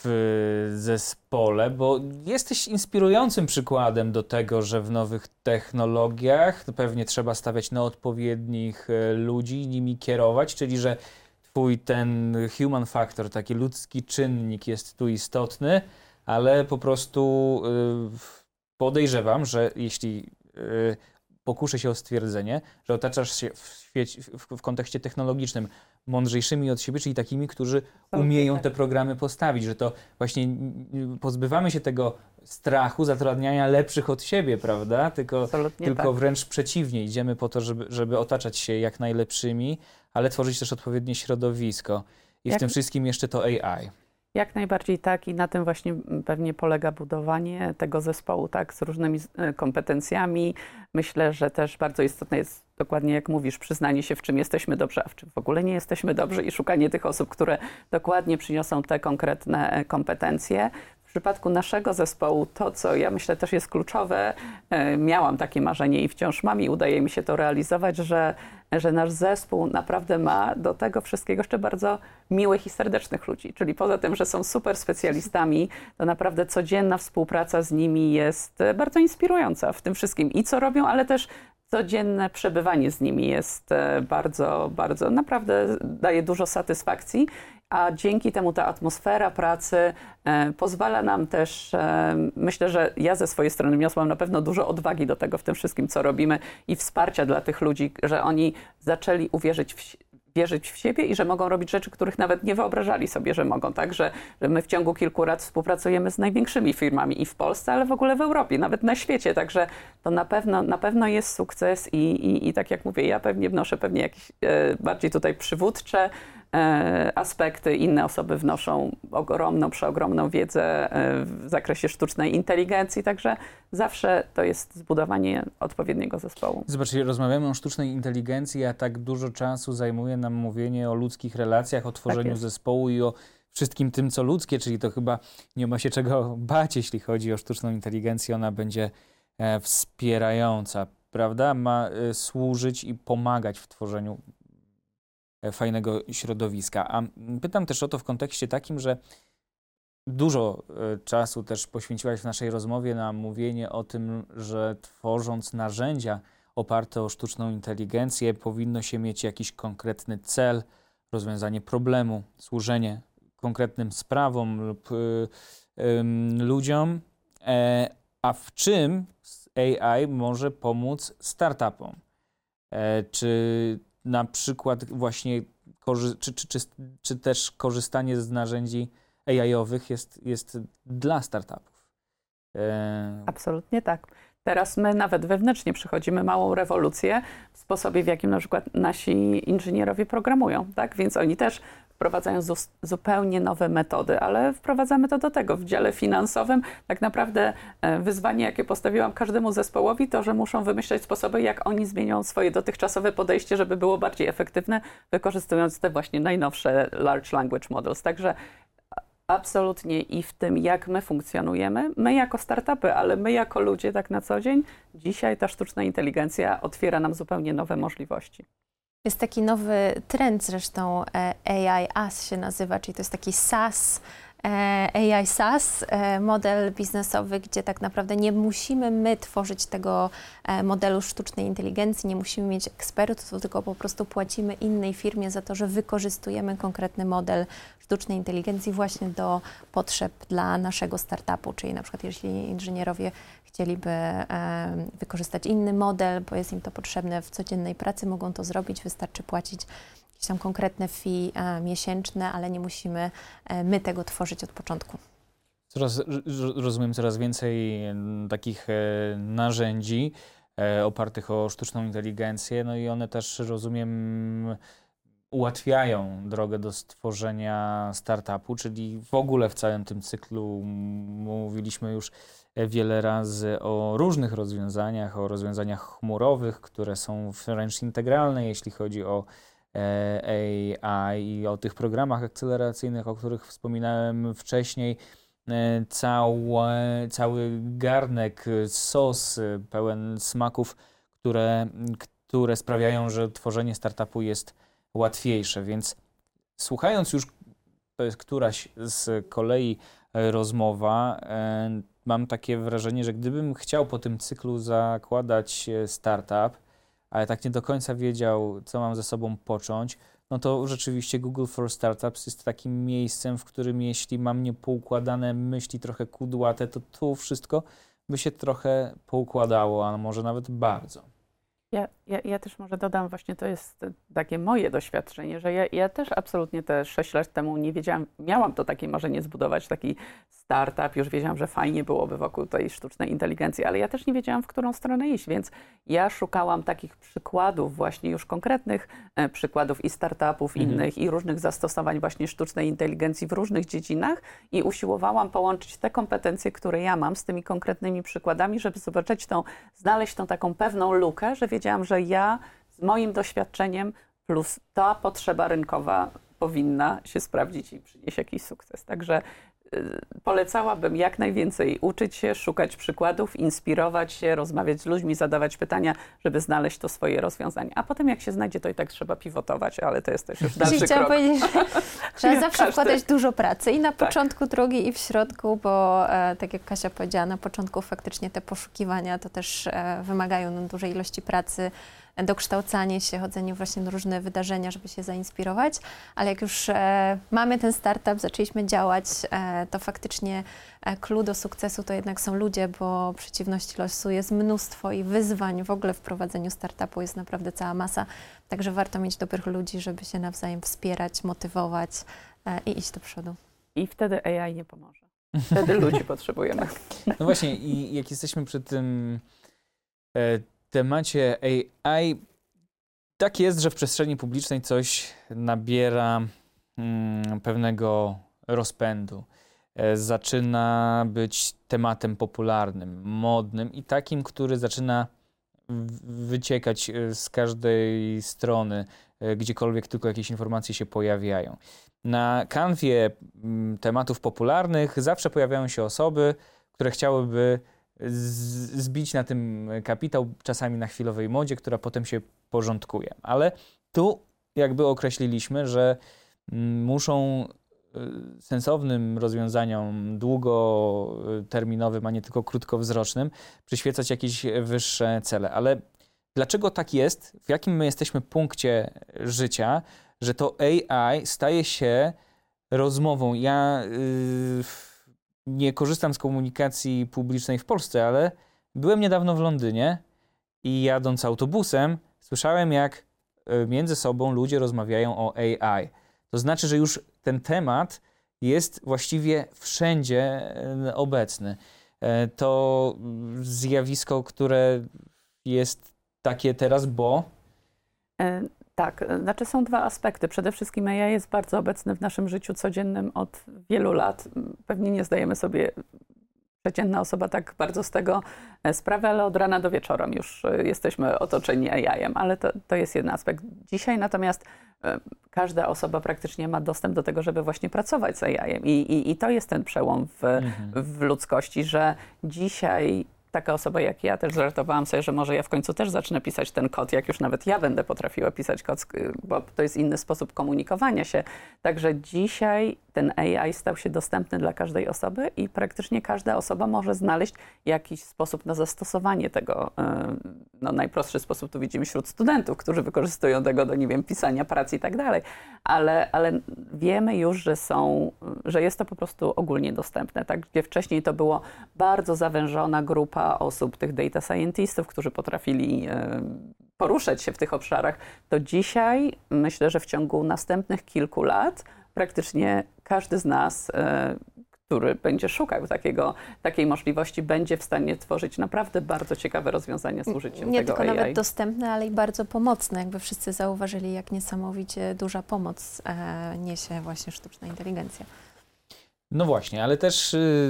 w zespole, bo jesteś inspirującym przykładem do tego, że w nowych technologiach pewnie trzeba stawiać na odpowiednich ludzi, nimi kierować, czyli że Twój ten human factor, taki ludzki czynnik jest tu istotny, ale po prostu podejrzewam, że jeśli pokuszę się o stwierdzenie, że otaczasz się w, świecie, w, w kontekście technologicznym mądrzejszymi od siebie, czyli takimi, którzy umieją te programy postawić, że to właśnie pozbywamy się tego strachu zatrudniania lepszych od siebie, prawda? Tylko, tylko tak. wręcz przeciwnie, idziemy po to, żeby, żeby otaczać się jak najlepszymi, ale tworzyć też odpowiednie środowisko. I jak... w tym wszystkim jeszcze to A I. Jak najbardziej tak i na tym właśnie pewnie polega budowanie tego zespołu, tak, z różnymi kompetencjami. Myślę, że też bardzo istotne jest dokładnie jak mówisz, przyznanie się, w czym jesteśmy dobrzy, a w czym w ogóle nie jesteśmy dobrzy i szukanie tych osób, które dokładnie przyniosą te konkretne kompetencje. W przypadku naszego zespołu to, co ja myślę też jest kluczowe, miałam takie marzenie i wciąż mam i udaje mi się to realizować, że, że nasz zespół naprawdę ma do tego wszystkiego jeszcze bardzo miłych i serdecznych ludzi. Czyli poza tym, że są super specjalistami, to naprawdę codzienna współpraca z nimi jest bardzo inspirująca w tym wszystkim i co robią, ale też codzienne przebywanie z nimi jest bardzo, bardzo, naprawdę daje dużo satysfakcji, a dzięki temu ta atmosfera pracy e, pozwala nam też, e, myślę, że ja ze swojej strony niosłam na pewno dużo odwagi do tego w tym wszystkim, co robimy i wsparcia dla tych ludzi, że oni zaczęli uwierzyć w wierzyć w siebie i że mogą robić rzeczy, których nawet nie wyobrażali sobie, że mogą. Tak, że, że my w ciągu kilku lat współpracujemy z największymi firmami i w Polsce, ale w ogóle w Europie, nawet na świecie. Także to na pewno, na pewno jest sukces i, i, i tak jak mówię, ja pewnie wnoszę pewnie jakieś e, bardziej tutaj przywódcze e, aspekty. Inne osoby wnoszą ogromną, przeogromną wiedzę e, w zakresie sztucznej inteligencji. Także zawsze to jest zbudowanie odpowiedniego zespołu. Zobaczcie, rozmawiamy o sztucznej inteligencji, a tak dużo czasu zajmuje nam mówienie o ludzkich relacjach, o tworzeniu tak zespołu i o wszystkim tym, co ludzkie, czyli to chyba nie ma się czego bać, jeśli chodzi o sztuczną inteligencję. Ona będzie e, wspierająca, prawda? Ma e, służyć i pomagać w tworzeniu e, fajnego środowiska. A pytam też o to w kontekście takim, że dużo e, czasu też poświęciłaś w naszej rozmowie na mówienie o tym, że tworząc narzędzia oparte o sztuczną inteligencję powinno się mieć jakiś konkretny cel, rozwiązanie problemu, służenie konkretnym sprawom lub y, y, ludziom, e, a w czym A I może pomóc startupom? E, czy na przykład właśnie korzy- czy, czy, czy, czy też korzystanie z narzędzi A I-owych jest, jest dla startupów? E... Absolutnie tak. Teraz my nawet wewnętrznie przechodzimy małą rewolucję w sposobie, w jakim na przykład nasi inżynierowie programują, tak? Więc oni też wprowadzają zu- zupełnie nowe metody, ale wprowadzamy to do tego. W dziale finansowym tak naprawdę wyzwanie, jakie postawiłam każdemu zespołowi, to, że muszą wymyślać sposoby, jak oni zmienią swoje dotychczasowe podejście, żeby było bardziej efektywne, wykorzystując te właśnie najnowsze large language models. Także absolutnie i w tym, jak my funkcjonujemy, my jako startupy, ale my jako ludzie tak na co dzień, dzisiaj ta sztuczna inteligencja otwiera nam zupełnie nowe możliwości. Jest taki nowy trend zresztą, A I as się nazywa, czyli to jest taki SaaS, A I SaaS, model biznesowy, gdzie tak naprawdę nie musimy my tworzyć tego modelu sztucznej inteligencji, nie musimy mieć ekspertów, tylko po prostu płacimy innej firmie za to, że wykorzystujemy konkretny model sztucznej inteligencji właśnie do potrzeb dla naszego startupu, czyli na przykład jeśli inżynierowie chcieliby wykorzystać inny model, bo jest im to potrzebne w codziennej pracy, mogą to zrobić, wystarczy płacić jakieś tam konkretne fee e, miesięczne, ale nie musimy e, my tego tworzyć od początku. Coraz, rozumiem coraz więcej takich e, narzędzi e, opartych o sztuczną inteligencję, no i one też, rozumiem, ułatwiają drogę do stworzenia startupu, czyli w ogóle w całym tym cyklu mówiliśmy już wiele razy o różnych rozwiązaniach, o rozwiązaniach chmurowych, które są wręcz integralne, jeśli chodzi o A I i o tych programach akceleracyjnych, o których wspominałem wcześniej. Cały, cały garnek, sos pełen smaków, które, które sprawiają, że tworzenie startupu jest łatwiejsze. Więc słuchając już, to jest któraś z kolei rozmowa, mam takie wrażenie, że gdybym chciał po tym cyklu zakładać startup, ale tak nie do końca wiedział, co mam ze sobą począć, no to rzeczywiście Google for Startups jest takim miejscem, w którym jeśli mam niepoukładane myśli, trochę kudłate, to tu wszystko by się trochę poukładało, a może nawet bardzo. Ja, ja, ja też może dodam, właśnie to jest takie moje doświadczenie, że ja, ja też absolutnie te sześć lat temu nie wiedziałam, miałam to takie marzenie zbudować taki startup, już wiedziałam, że fajnie byłoby wokół tej sztucznej inteligencji, ale ja też nie wiedziałam, w którą stronę iść, więc ja szukałam takich przykładów, właśnie już konkretnych e, przykładów i startupów mhm. innych i różnych zastosowań właśnie sztucznej inteligencji w różnych dziedzinach i usiłowałam połączyć te kompetencje, które ja mam z tymi konkretnymi przykładami, żeby zobaczyć tą, znaleźć tą taką pewną lukę, że wiedziałam, że ja z moim doświadczeniem plus ta potrzeba rynkowa powinna się sprawdzić i przynieść jakiś sukces. Także y, polecałabym jak najwięcej uczyć się, szukać przykładów, inspirować się, rozmawiać z ludźmi, zadawać pytania, żeby znaleźć to swoje rozwiązanie. A potem jak się znajdzie, to i tak trzeba pivotować, ale to jest też już dalszy Chciałam krok. powiedzieć, że trzeba zawsze Każdy. wkładać dużo pracy i na Tak. początku drogi i w środku, bo e, tak jak Kasia powiedziała, na początku faktycznie te poszukiwania to też e, wymagają no, dużej ilości pracy, dokształcanie się, chodzenie właśnie na różne wydarzenia, żeby się zainspirować, ale jak już e, mamy ten startup, zaczęliśmy działać, e, to faktycznie e, clue do sukcesu to jednak są ludzie, bo przeciwności losu jest mnóstwo i wyzwań w ogóle w prowadzeniu startupu jest naprawdę cała masa, także warto mieć dobrych ludzi, żeby się nawzajem wspierać, motywować e, i iść do przodu. I wtedy A I nie pomoże. Wtedy ludzi potrzebujemy. No właśnie i jak jesteśmy przy tym e, temacie A I, tak jest, że w przestrzeni publicznej coś nabiera mm, pewnego rozpędu. E, zaczyna być tematem popularnym, modnym i takim, który zaczyna w- wyciekać e, z każdej strony, e, gdziekolwiek tylko jakieś informacje się pojawiają. Na kanwie mm, tematów popularnych zawsze pojawiają się osoby, które chciałyby zbić na tym kapitał, czasami na chwilowej modzie, która potem się porządkuje. Ale tu jakby określiliśmy, że muszą sensownym rozwiązaniom długoterminowym, a nie tylko krótkowzrocznym, przyświecać jakieś wyższe cele. Ale dlaczego tak jest? W jakim my jesteśmy punkcie życia, że to A I staje się rozmową? Ja yy, nie korzystam z komunikacji publicznej w Polsce, ale byłem niedawno w Londynie i jadąc autobusem słyszałem, jak między sobą ludzie rozmawiają o A I. To znaczy, że już ten temat jest właściwie wszędzie obecny. To zjawisko, które jest takie teraz, bo... Tak, znaczy są dwa aspekty. Przede wszystkim A I jest bardzo obecny w naszym życiu codziennym od wielu lat. Pewnie nie zdajemy sobie, przeciętna osoba, tak bardzo z tego sprawy, ale od rana do wieczora już jesteśmy otoczeni A I-em, ale to, to jest jeden aspekt. Dzisiaj natomiast każda osoba praktycznie ma dostęp do tego, żeby właśnie pracować z A I-em i, i, i to jest ten przełom w, mhm. w ludzkości, że dzisiaj taka osoba jak ja, też żartowałam sobie, że może ja w końcu też zacznę pisać ten kod, jak już nawet ja będę potrafiła pisać kod, bo to jest inny sposób komunikowania się. Także dzisiaj ten A I stał się dostępny dla każdej osoby i praktycznie każda osoba może znaleźć jakiś sposób na zastosowanie tego. No, najprostszy sposób tu widzimy wśród studentów, którzy wykorzystują tego do, nie wiem, pisania prac i tak dalej, ale, ale wiemy już, że są, że jest to po prostu ogólnie dostępne, tak? Gdzie wcześniej to było bardzo zawężona grupa osób, tych data scientistów, którzy potrafili poruszać się w tych obszarach, to dzisiaj myślę, że w ciągu następnych kilku lat praktycznie każdy z nas, który będzie szukał takiego, takiej możliwości, będzie w stanie tworzyć naprawdę bardzo ciekawe rozwiązania z użyciem Nie tego tylko A I. nawet dostępne, ale i bardzo pomocne. Jakby wszyscy zauważyli, jak niesamowicie duża pomoc e, niesie właśnie sztuczna inteligencja. No właśnie, ale też y,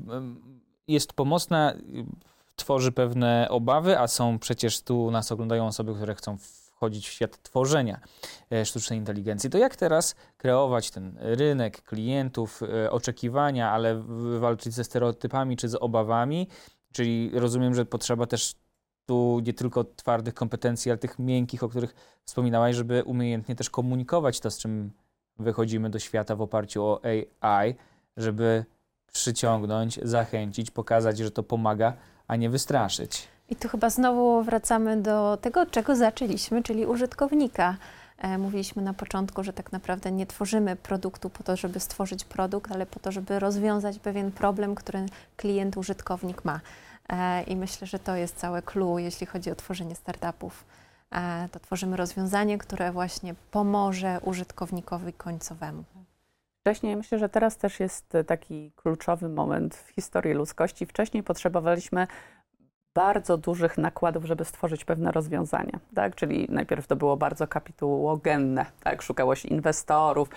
jest pomocna, y, tworzy pewne obawy, a są przecież tu nas oglądają osoby, które chcą wchodzić w świat tworzenia e, sztucznej inteligencji. To jak teraz kreować ten rynek klientów, e, oczekiwania, ale w- walczyć ze stereotypami czy z obawami? Czyli rozumiem, że potrzeba też tu nie tylko twardych kompetencji, ale tych miękkich, o których wspominałaś, żeby umiejętnie też komunikować to, z czym wychodzimy do świata w oparciu o A I, żeby przyciągnąć, zachęcić, pokazać, że to pomaga, a nie wystraszyć. I tu chyba znowu wracamy do tego, od czego zaczęliśmy, czyli użytkownika. E, mówiliśmy na początku, że tak naprawdę nie tworzymy produktu po to, żeby stworzyć produkt, ale po to, żeby rozwiązać pewien problem, który klient, użytkownik ma. E, I myślę, że to jest całe clue, jeśli chodzi o tworzenie startupów. E, to tworzymy rozwiązanie, które właśnie pomoże użytkownikowi końcowemu. Wcześniej, myślę, że teraz też jest taki kluczowy moment w historii ludzkości. Wcześniej potrzebowaliśmy bardzo dużych nakładów, żeby stworzyć pewne rozwiązania, tak? Czyli najpierw to było bardzo kapitałogenne, tak? Szukało się inwestorów,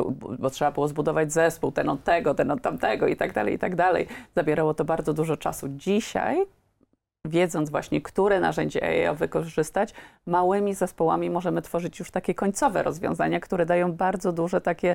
bo trzeba było zbudować zespół, ten od tego, ten od tamtego i tak dalej, i tak dalej. Zabierało to bardzo dużo czasu. Dzisiaj, wiedząc właśnie, które narzędzie A I wykorzystać, małymi zespołami możemy tworzyć już takie końcowe rozwiązania, które dają bardzo duże takie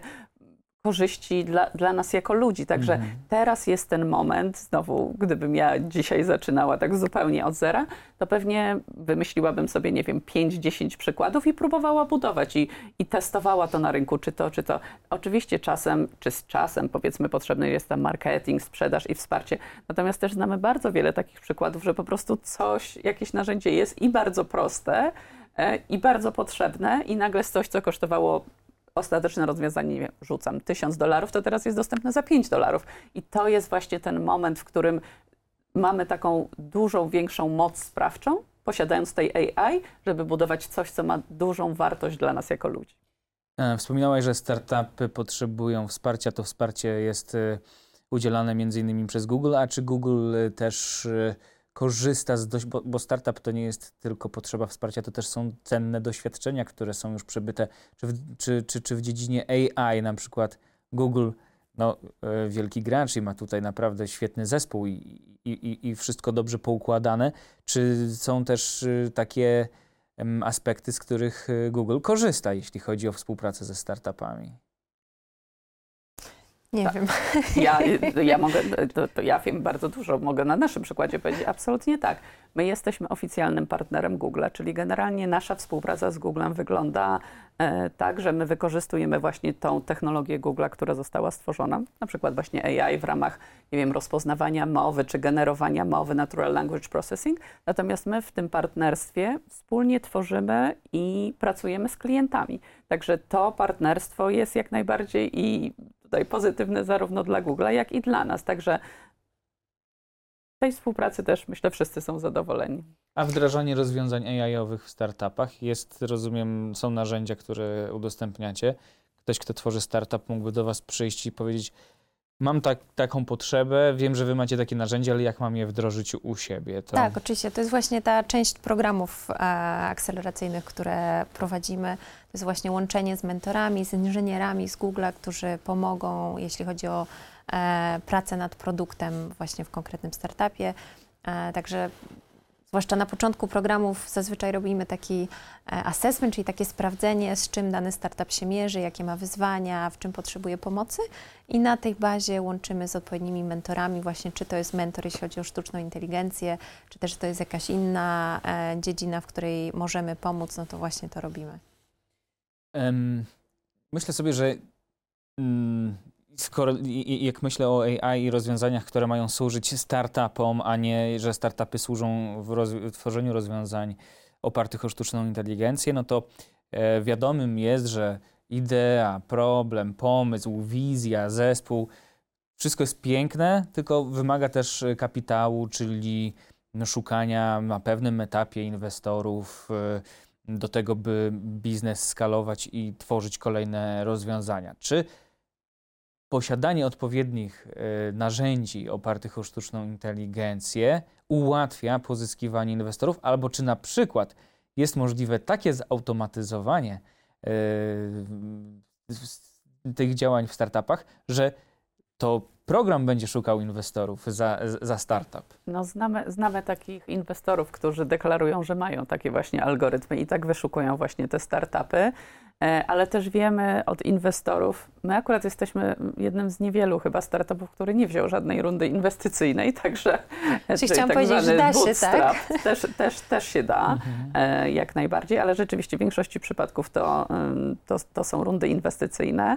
korzyści dla, dla nas jako ludzi. Także Mhm. teraz jest ten moment, znowu, gdybym ja dzisiaj zaczynała tak zupełnie od zera, to pewnie wymyśliłabym sobie, nie wiem, pięć dziesięć przykładów i próbowała budować i, i testowała to na rynku, czy to, czy to. Oczywiście czasem, czy z czasem, powiedzmy, potrzebny jest tam marketing, sprzedaż i wsparcie. Natomiast też znamy bardzo wiele takich przykładów, że po prostu coś, jakieś narzędzie jest i bardzo proste, e, i bardzo potrzebne i nagle coś, co kosztowało ostateczne rozwiązanie, nie wiem, rzucam tysiąc dolarów, to teraz jest dostępne za pięć dolarów. I to jest właśnie ten moment, w którym mamy taką dużą, większą moc sprawczą, posiadając tej A I, żeby budować coś, co ma dużą wartość dla nas jako ludzi. E, Wspominałaś, że startupy potrzebują wsparcia. To wsparcie jest e, udzielane między innymi przez Google, a czy Google e, też e, korzysta z dość, bo, bo startup to nie jest tylko potrzeba wsparcia, to też są cenne doświadczenia, które są już przebyte, czy w, czy, czy, czy w dziedzinie A I, na przykład Google, no, e, wielki gracz i ma tutaj naprawdę świetny zespół i, i, i, i wszystko dobrze poukładane. Czy są też e, takie em, aspekty, z których e, Google korzysta, jeśli chodzi o współpracę ze startupami? Nie Tak. wiem. Ja, ja mogę, to, to ja wiem bardzo dużo, mogę na naszym przykładzie powiedzieć, absolutnie tak. My jesteśmy oficjalnym partnerem Google'a, czyli generalnie nasza współpraca z Googlem wygląda e, tak, że my wykorzystujemy właśnie tą technologię Google'a, która została stworzona, na przykład właśnie A I w ramach, nie wiem, rozpoznawania mowy czy generowania mowy, Natural Language Processing. Natomiast my w tym partnerstwie wspólnie tworzymy i pracujemy z klientami. Także to partnerstwo jest jak najbardziej i tutaj pozytywne zarówno dla Google'a, jak i dla nas. Także w tej współpracy też, myślę, wszyscy są zadowoleni. A wdrażanie rozwiązań A I-owych w startupach jest, rozumiem, są narzędzia, które udostępniacie. Ktoś, kto tworzy startup, mógłby do Was przyjść i powiedzieć: mam tak, taką potrzebę, wiem, że Wy macie takie narzędzia, ale jak mam je wdrożyć u siebie? To... Tak, oczywiście. To jest właśnie ta część programów e, akceleracyjnych, które prowadzimy. To jest właśnie łączenie z mentorami, z inżynierami z Google'a, którzy pomogą, jeśli chodzi o e, pracę nad produktem właśnie w konkretnym startupie. E, także zwłaszcza na początku programów zazwyczaj robimy taki assessment, czyli takie sprawdzenie, z czym dany startup się mierzy, jakie ma wyzwania, w czym potrzebuje pomocy i na tej bazie łączymy z odpowiednimi mentorami właśnie, czy to jest mentor, jeśli chodzi o sztuczną inteligencję, czy też to jest jakaś inna e, dziedzina, w której możemy pomóc, no to właśnie to robimy. Um, myślę sobie, że um, skoro, i, jak myślę o A I i rozwiązaniach, które mają służyć startupom, a nie, że startupy służą w, roz, w tworzeniu rozwiązań opartych o sztuczną inteligencję, no to e, wiadomym jest, że idea, problem, pomysł, wizja, zespół, wszystko jest piękne, tylko wymaga też kapitału, czyli no, szukania na pewnym etapie inwestorów e, do tego, by biznes skalować i tworzyć kolejne rozwiązania. Czy posiadanie odpowiednich y, narzędzi opartych o sztuczną inteligencję ułatwia pozyskiwanie inwestorów, albo czy na przykład jest możliwe takie zautomatyzowanie y, tych działań w startupach, że to program będzie szukał inwestorów za, za startup. No znamy, znamy takich inwestorów, którzy deklarują, że mają takie właśnie algorytmy i tak wyszukują właśnie te startupy, ale też wiemy od inwestorów, my akurat jesteśmy jednym z niewielu chyba startupów, który nie wziął żadnej rundy inwestycyjnej, także Czyli chciałam tak powiedzieć, że da się, tak? Też, też, też się da, mhm. jak najbardziej, ale rzeczywiście w większości przypadków to, to, to są rundy inwestycyjne.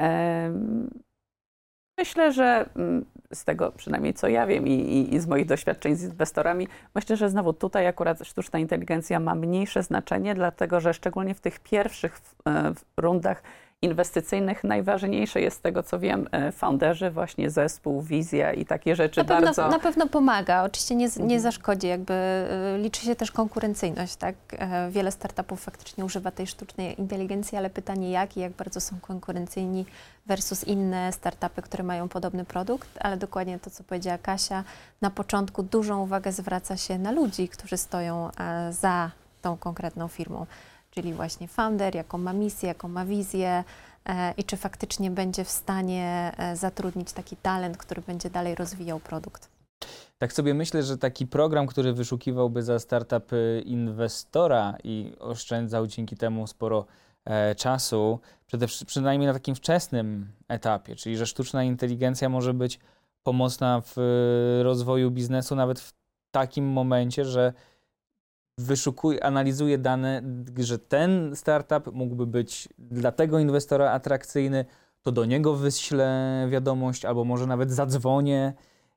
Myślę, że z tego przynajmniej co ja wiem i, i, i z moich doświadczeń z inwestorami, myślę, że znowu tutaj akurat sztuczna inteligencja ma mniejsze znaczenie, dlatego że szczególnie w tych pierwszych e, rundach inwestycyjnych najważniejsze jest z tego, co wiem, founderzy, właśnie zespół, wizja i takie rzeczy na pewno, bardzo... Na pewno pomaga, oczywiście nie, nie zaszkodzi, jakby liczy się też konkurencyjność, tak? Wiele startupów faktycznie używa tej sztucznej inteligencji, ale pytanie jak i jak bardzo są konkurencyjni versus inne startupy, które mają podobny produkt, ale dokładnie to, co powiedziała Kasia, na początku dużą uwagę zwraca się na ludzi, którzy stoją za tą konkretną firmą. Czyli właśnie founder, jaką ma misję, jaką ma wizję e, i czy faktycznie będzie w stanie e, zatrudnić taki talent, który będzie dalej rozwijał produkt. Tak sobie myślę, że taki program, który wyszukiwałby za startup inwestora i oszczędzał dzięki temu sporo e, czasu, przede, przynajmniej na takim wczesnym etapie, czyli że sztuczna inteligencja może być pomocna w rozwoju biznesu nawet w takim momencie, że wyszukuje, analizuje dane, że ten startup mógłby być dla tego inwestora atrakcyjny, to do niego wyślę wiadomość albo może nawet zadzwonię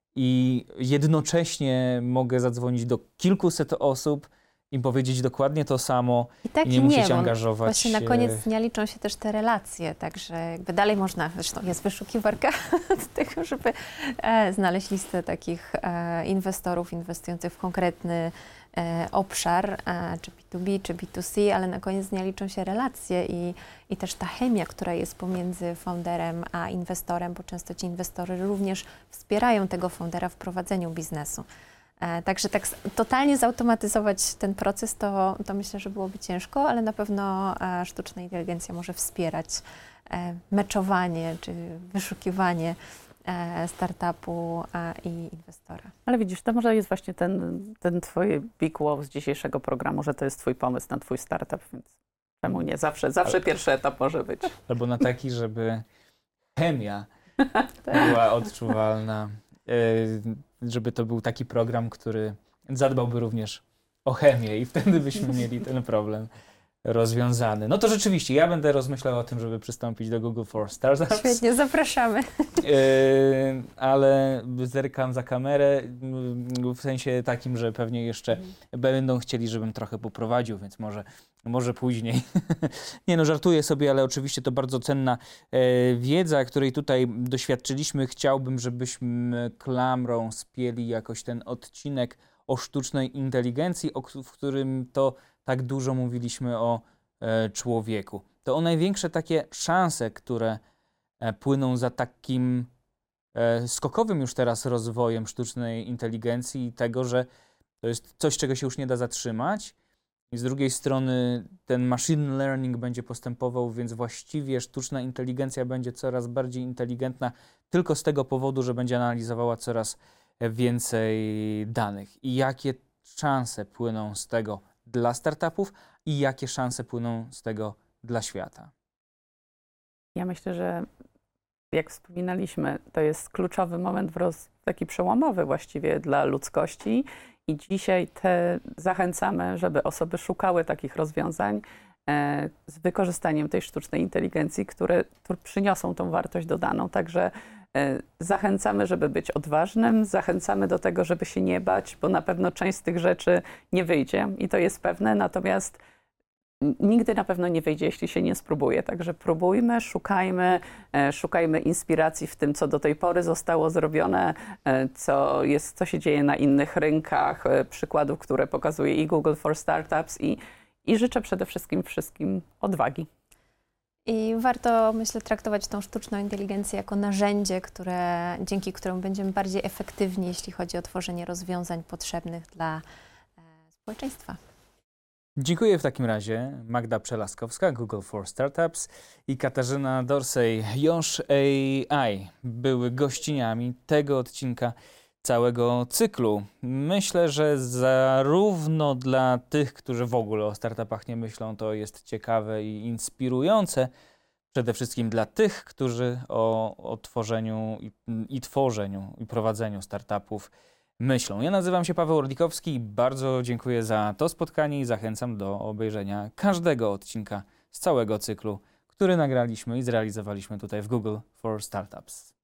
i jednocześnie mogę zadzwonić do kilkuset osób i powiedzieć dokładnie to samo i, tak i nie, nie musieć angażować. Właśnie na koniec dnia liczą się też te relacje, także jakby dalej można, zresztą jest wyszukiwarka do tego, żeby e, znaleźć listę takich e, inwestorów inwestujących w konkretny e, obszar, e, czy B dwa B, czy B dwa C, ale na koniec dnia liczą się relacje i, i też ta chemia, która jest pomiędzy founderem a inwestorem, bo często ci inwestorzy również wspierają tego foundera w prowadzeniu biznesu. Także tak totalnie zautomatyzować ten proces, to, to myślę, że byłoby ciężko, ale na pewno sztuczna inteligencja może wspierać meczowanie czy wyszukiwanie startupu i inwestora. Ale widzisz, to może jest właśnie ten, ten twój big wow z dzisiejszego programu, że to jest twój pomysł na twój startup, więc czemu nie? Zawsze, zawsze ale, pierwszy etap może być. Albo na taki, żeby chemia była odczuwalna. Żeby to był taki program, który zadbałby również o chemię i wtedy byśmy mieli ten problem rozwiązany. No to rzeczywiście, ja będę rozmyślał o tym, żeby przystąpić do Google for Startups. Świetnie, zapraszamy. Yy, ale zerkam za kamerę w sensie takim, że pewnie jeszcze mm. będą chcieli, żebym trochę poprowadził, więc może, może później. Nie no, żartuję sobie, ale oczywiście to bardzo cenna e, wiedza, której tutaj doświadczyliśmy. Chciałbym, żebyśmy klamrą spieli jakoś ten odcinek o sztucznej inteligencji, o, w którym to tak dużo mówiliśmy o e, człowieku. To o największe takie szanse, które e, płyną za takim e, skokowym już teraz rozwojem sztucznej inteligencji i tego, że to jest coś, czego się już nie da zatrzymać. I z drugiej strony ten machine learning będzie postępował, więc właściwie sztuczna inteligencja będzie coraz bardziej inteligentna tylko z tego powodu, że będzie analizowała coraz więcej danych. I jakie szanse płyną z tego dla startupów i jakie szanse płyną z tego dla świata? Ja myślę, że jak wspominaliśmy, to jest kluczowy moment, w roz, taki przełomowy właściwie dla ludzkości i dzisiaj te zachęcamy, żeby osoby szukały takich rozwiązań e, z wykorzystaniem tej sztucznej inteligencji, które, które przyniosą tą wartość dodaną. Także e, zachęcamy, żeby być odważnym, zachęcamy do tego, żeby się nie bać, bo na pewno część z tych rzeczy nie wyjdzie i to jest pewne, natomiast nigdy na pewno nie wyjdzie, jeśli się nie spróbuje. Także próbujmy, szukajmy, e, szukajmy inspiracji w tym, co do tej pory zostało zrobione, e, co jest, co się dzieje na innych rynkach, e, przykładów, które pokazuje i Google for Startups i, i życzę przede wszystkim wszystkim odwagi. I warto, myślę, traktować tą sztuczną inteligencję jako narzędzie, które, dzięki któremu będziemy bardziej efektywni, jeśli chodzi o tworzenie rozwiązań potrzebnych dla e, społeczeństwa. Dziękuję w takim razie. Magda Przelaskowska, Google for Startups i Katarzyna Dorsey, Yosh A I były gościniami tego odcinka całego cyklu. Myślę, że zarówno dla tych, którzy w ogóle o startupach nie myślą, to jest ciekawe i inspirujące. Przede wszystkim dla tych, którzy o, o tworzeniu i, i tworzeniu i prowadzeniu startupów myślą. Ja nazywam się Paweł Orlikowski i bardzo dziękuję za to spotkanie i zachęcam do obejrzenia każdego odcinka z całego cyklu, który nagraliśmy i zrealizowaliśmy tutaj w Google for Startups.